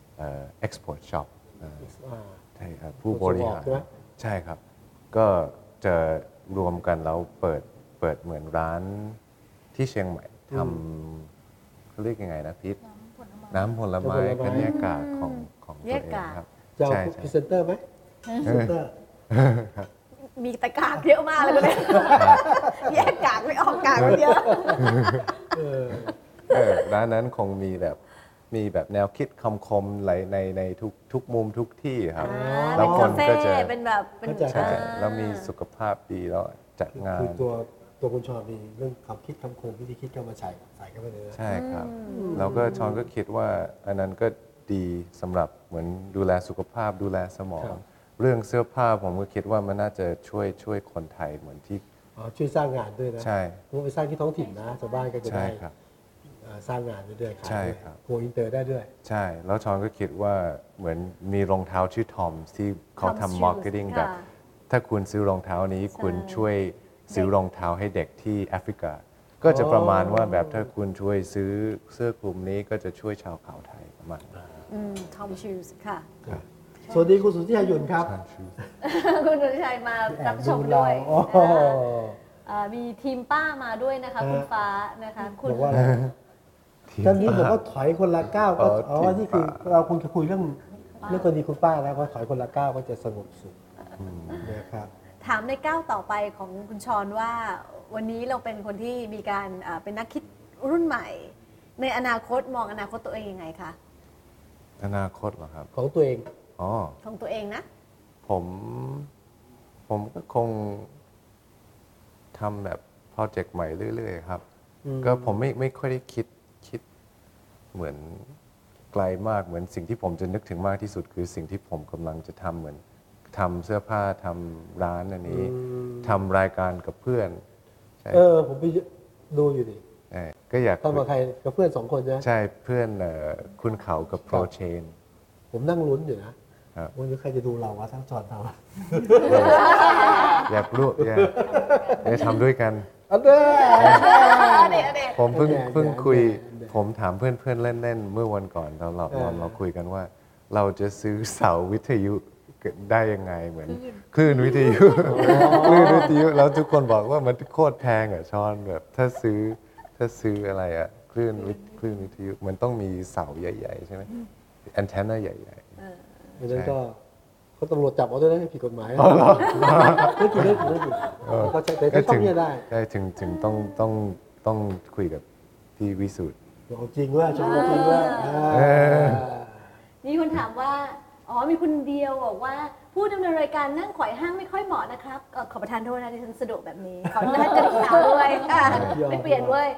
export shop ใช่ครับผู้บริหารใช่ครับ ก็จะรวมกันแล้วเปิดเหมือนร้านที่เชียงใหม่ทำเขาเรียกยังไงนะพิษน้ำผลไม้กันแยกกากของตัวเองครับจะเอาพรีเซนเตอร์ไหมพรีเซนเตอร์มีแต่กากเยอะมากเลยก็เลยแยกกากไม่ออกกากมันเยอะร้านนั้นคงมีแบบแนวคิดคำคมในทุกมุมทุกที่ครับแล้วคนก็จะเป็เป็นนแบบเป็นเข้าใจแล้วมีสุขภาพดีแล้วจัดงานคือตัวคุณชอบมีเรื่องคำคิดคำคมวิธีคิดเข้ามาใส่เข้าไปเลยนะใช่ครับ แล้วก็ชอนก็คิดว่าอันนั้นก็ดีสำหรับเหมือนดูแลสุขภาพดูแลสมอง เรื่องเสื้อผ้าผมก็คิดว่ามันน่าจะช่วยคนไทยเหมือนที่ช่วยสร้างงานด้วยนะใช่เพราะไปสร้างที่ท้องถิ่นนะชาวบ้านก็จะใช่ได้ครับสร้างงานไปด้วยขายใช่ด้วยครับโกอินเตอร์ได้ด้วยใช่ แล้วชอนก็คิดว่าเหมือนมีรองเท้าชื่อทอมที่เขา Tom's ทำ Shoes มาร์เก็ตติ้งแบบค่ะถ้าคุณซื้อรองเท้านี้คุณช่วยซื้อรองเท้าให้เด็กที่แอฟริกา ก็จะประมาณว่าแบบถ้าคุณช่วยซื้อเสื้อกลุ่มนี้ก็จะช่วยชาวเขาไทยประมาณนั้น Tom Shoes ค่ะสวัสดีคุณสุทธิชัยหยุ่นครับคุณสุทธิชัยมารับชมแอบด้วยโอ้โหมีทีมป้ามาด้วยนะคะคุณฟ้านะคะคุณบอกว่าอะไรท่านนี้บอกว่าถอยคนละก้าวก็นี่คือเราคงจะคุยเรื่องกรณีคุณป้าแล้วก็ถอยคนละก้าวก็จะสงบสุขนะครับถามในก้าวต่อไปของคุณชรว่าวันนี้เราเป็นคนที่มีการเป็นนักคิดรุ่นใหม่ ในอนาคตมองอนาคตตัวเองยังไงคะอนาคตเหรอครับของตัวเองอ๋อของตัวเองนะผมก็คงทำแบบโปรเจกต์ใหม่เรื่อยๆครับ ก็ผมไม่ค่อยได้คิดเหมือนไกลมากเหมือนสิ่งที่ผมจะนึกถึงมากที่สุดคือสิ่งที่ผมกำลังจะทำเหมือนทำเสื้อผ้าทำร้านอันนี้ทำรายการกับเพื่อนใช่ผมไปดูอยู่ดิก็อยากทำกับใครกับเพื่อน2 คนใช่ไหมใช่เพื่อนคุณเขากับโปรเชนผมนั่งลุ้นอยู่นะครับ วันนี้ใครจะดูเราวะทั้งจอดเราอยากรู้อยากทำด้วยกันอันเด้อผมเพิ่งคุยอันเดะผมถามเพื่อนๆเล่นๆเมื่อวันก่อนเราคุยกันว่า เราจะซื้อเสาวิทยุได้ยังไงเหมือนคลื่นวิทยุคลื่นวิทยุแล้วทุกคนบอกว่ามันโคตรแพงอ่ะชอนแบบถ้าซื้ออะไรอ่ะคลื่นวิทยุมันต้องมีเสาใหญ่ๆใช่ไหมแอนเทนนาใหญ่ดังนั้นก็เขาตำรวจจับเอาด้วยนะผิดกฎหมายไม่ผิดเขาใช้แต่ก็ชอบเนี่ยได้ถึงต้องคุยกับพี่วิสุทธ์เอาจริงว่าชมจริงว่ามีคนถามว่าอ๋อมีคนเดียวบอกว่าผู้ดำเนินรายการนั่งไขว่ห้างไม่ค่อยเหมาะนะครับขอประทานโทษนะที่ฉันสะดวกแบบนี้ขออนุญาตกระดิกขาด้วยไม่เปลี่ยนด้วย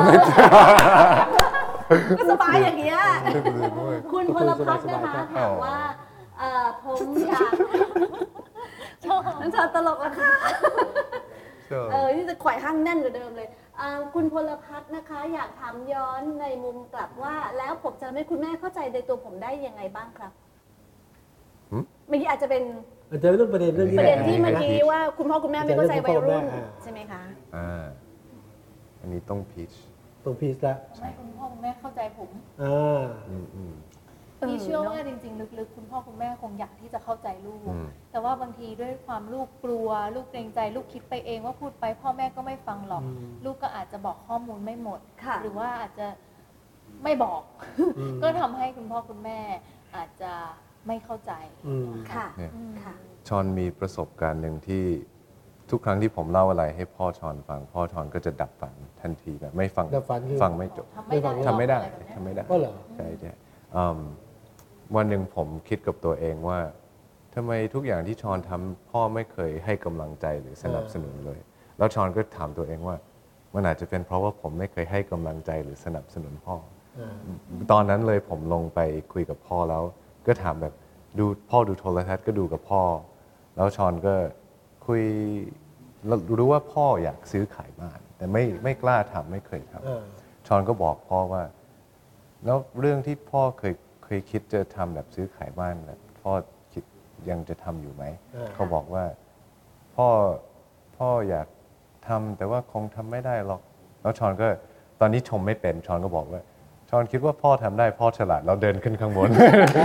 ก็สบายอย่างเงี้ยคุณพลพัฒน์นะคะถามว่าผมอยากน้ำชาตลกแล้วค่ะนี่จะไขว่ห้างแน่นกว่าเดิมเลยคุณพลพัฒน์นะคะอยากถามย้อนในมุมกลับว่าแล้วผมจะทำให้คุณแม่เข้าใจในตัวผมได้ยังไงบ้างครับเมื่อกี้อาจจะเป็นเรื่องประเด็นที่เมื่อกี้ว่าคุณพ่อคุณแม่ไม่เข้าใจวัยรุ่นใช่ไหมคะอันนี้ต้องพีชละไม่คุณพ่อคุณแม่เข้าใจผมพี่เชื่อว่าจริงๆลึกๆคุณพ่อคุณแม่คงอยากที่จะเข้าใจลูกแต่ว่าบางทีด้วยความลูกกลัวลูกเกรงใจลูกคิดไปเองว่าพูดไปพ่อแม่ก็ไม่ฟังหรอกลูกก็อาจจะบอกข้อมูลไม่หมดหรือว่าอาจจะไม่บอกก็ทำให้คุณพ่อคุณแม่อาจจะไม่เข้าใจค่ะชอนมีประสบการณ์หนึ่งที่ทุกครั้งที่ผมเล่าอะไรให้พ่อชอนฟังพ่อชอนก็จะดับฝันทันทีแบบไม่ฟังไม่จบทำไม่ได้ก็เหรอใช่วันหนึ่งผมคิดกับตัวเองว่าทำไมทุกอย่างที่ชอนทำพ่อไม่เคยให้กำลังใจหรือสนับสนุนเลยแล้วชอนก็ถามตัวเองว่ามันอาจจะเป็นเพราะว่าผมไม่เคยให้กำลังใจหรือสนับสนุนพ่อตอนนั้นเลยผมลงไปคุยกับพ่อแล้วก็ถามแบบพ่อดูโทรทัศน์ก็ดูกับพ่อแล้วชอนก็คุยรู้ว่าพ่ออยากซื้อขายบ้านแต่ไม่กล้าทำไม่เคยทำชอนก็บอกพ่อว่าแล้วเรื่องที่พ่อเคยคิดจะทำแบบซื้อขายบ้านแบบพ่อคิดยังจะทำอยู่ไหมเขาบอกว่าพ่ออยากทำแต่ว่าคงทำไม่ได้หรอกแล้วชอนก็ตอนนี้ชมไม่เป็นชอนก็บอกว่าชอนคิดว่าพ่อทำได้พ่อฉลาดเราเดินขึ้นข้างบน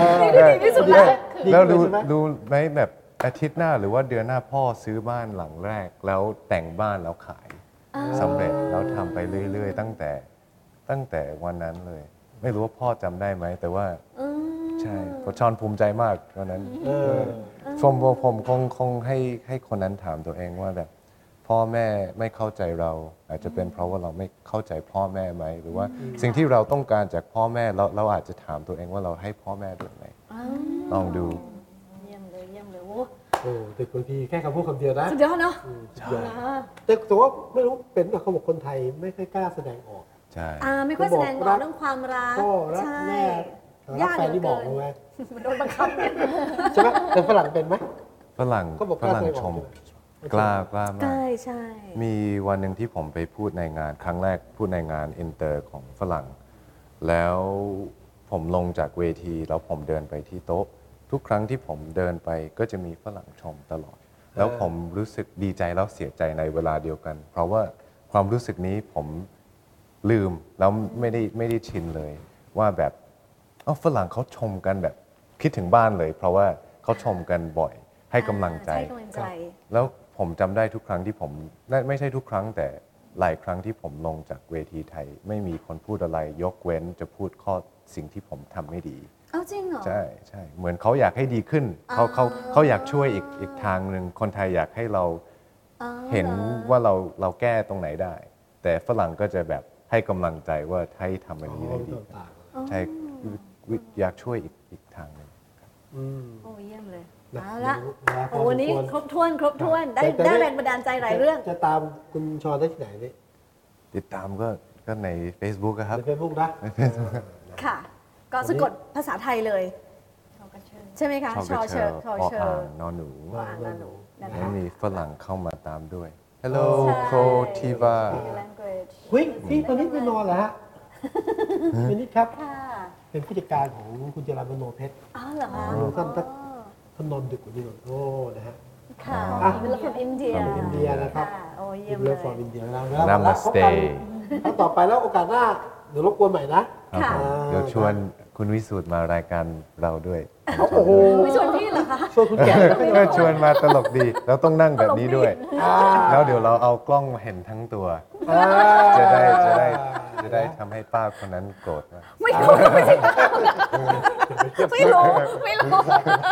แล้วดูไหมแบบอาทิตย์หน้าหรือว่าเดือนหน้าพ่อซื้อบ้านหลังแรกแล้วแต่งบ้านแล้วขายสำเร็จแล้วทำไปเรื่อยๆตั้งแต่วันนั้นเลยไม่รู้ว่าพ่อจำได้ไหมแต่ว่าใช่ชอนภูมิใจมากตอนนั้นผมคงให้คนนั้นถามตัวเองว่าแบบพ่อแม่ไม่เข้าใจเราอาจจะเป็นเพราะว่าเราไม่เข้าใจพ่อแม่ไหมหรือว่าสิ่งที่เราต้องการจากพ่อแม่เราอาจจะถามตัวเองว่าเราให้พ่อแม่ด้วยไหมลองดูเยี่ยมเลยโอ้แต่บางทีแค่คำพูดคำเดียวนะสุดยอดเนาะแต่ว่าไม่รู้เป็นแบบเขาบอกคนไทยไม่ค่อยกล้าแสดงออกใช่ไม่ค่อยแสดงออกเรื่องความรักใช่ยากแฟนที่บอกเลยมันโดนบังคับใช่ไหมแต่ฝรั่งเป็นไหมฝรั่งชมกล้ามากใช่มีวันหนึ่งที่ผมไปพูดในงานครั้งแรกพูดในงานอินเตอร์ของฝรั่งแล้วผมลงจากเวทีแล้วผมเดินไปที่โต๊ะทุกครั้งที่ผมเดินไปก็จะมีฝรั่งชมตลอดแล้วผมรู้สึกดีใจแล้วเสียใจในเวลาเดียวกันเพราะว่าความรู้สึกนี้ผมลืมแล้วไม่ได้ชินเลยว่าแบบฝรั่งเขาชมกันแบบคิดถึงบ้านเลยเพราะว่าเขาชมกันบ่อยให้กำลังใจแล้วผมจำได้ทุกครั้งที่ผมไม่ใช่ทุกครั้งแต่หลายครั้งที่ผมลงจากเวทีไทยไม่มีคนพูดอะไรยกเว้นจะพูดข้อสิ่งที่ผมทำไม่ดีจริงเหรอใช่เหมือนเขาอยากให้ดีขึ้นเขาอยากช่วยอีกทางหนึ่งคนไทยอยากให้เราเห็นว่าเราแก้ตรงไหนได้แต่ฝรั่งก็จะแบบให้กำลังใจว่าให้ทำแบบนี้ได้ดีใช่อยากช่วยอีกทางหนึ่งโอ้เยี่ยมเลยเอาละวันนี้ครบถ้วนได้แรงบันดาลใจหลายเรื่องจะตามคุณชอนได้ที่ไหนนี่ติดตามก็ใน Facebook ครับใน Facebook นะค่ะก็สะกดภาษาไทยเลยใช่ไหมคะชอเชอร์นอหนูแล้วมีฝรั่งเข้ามาตามด้วย Hello Pro Tiva พี่ตอนนี้ไปนอนเหรอฮะเป็นนิดครับเป็นผู้จัดการของคุณจรัญมโนเพชรเหรอคะท่านนอนดึกกว่านี้หน่อยโอ้นะฮะค่ะเป็นละครอินเดียนะครับโอ้เยี่ยมเลยละครอินเดียแล้วนามาสเตย์ต่อไปแล้วโอกาสหน้าเดี๋ยวรบกวนใหม่นะเดี๋ยวชวนคุณวิสุทธ์มารายการเราด้วยโอ้โหไม่ชวนพี่เหรอคะชวนคุณแก่ก็ชวนมาตลกดีแล้วต้องนั่งแบบนี้ด้วยแล้วเดี๋ยวเราเอากล้องเห็นทั้งตัวจะได้ทำให้ป้าคนนั้นโกรธไม่รู้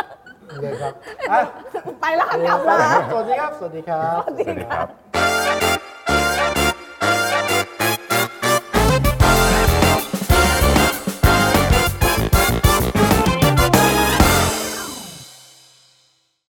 โอเคครับอ่ะไปแล้วค่ะกลับสมาวัสดีครับ สวัสดีครับสวัสดีครับ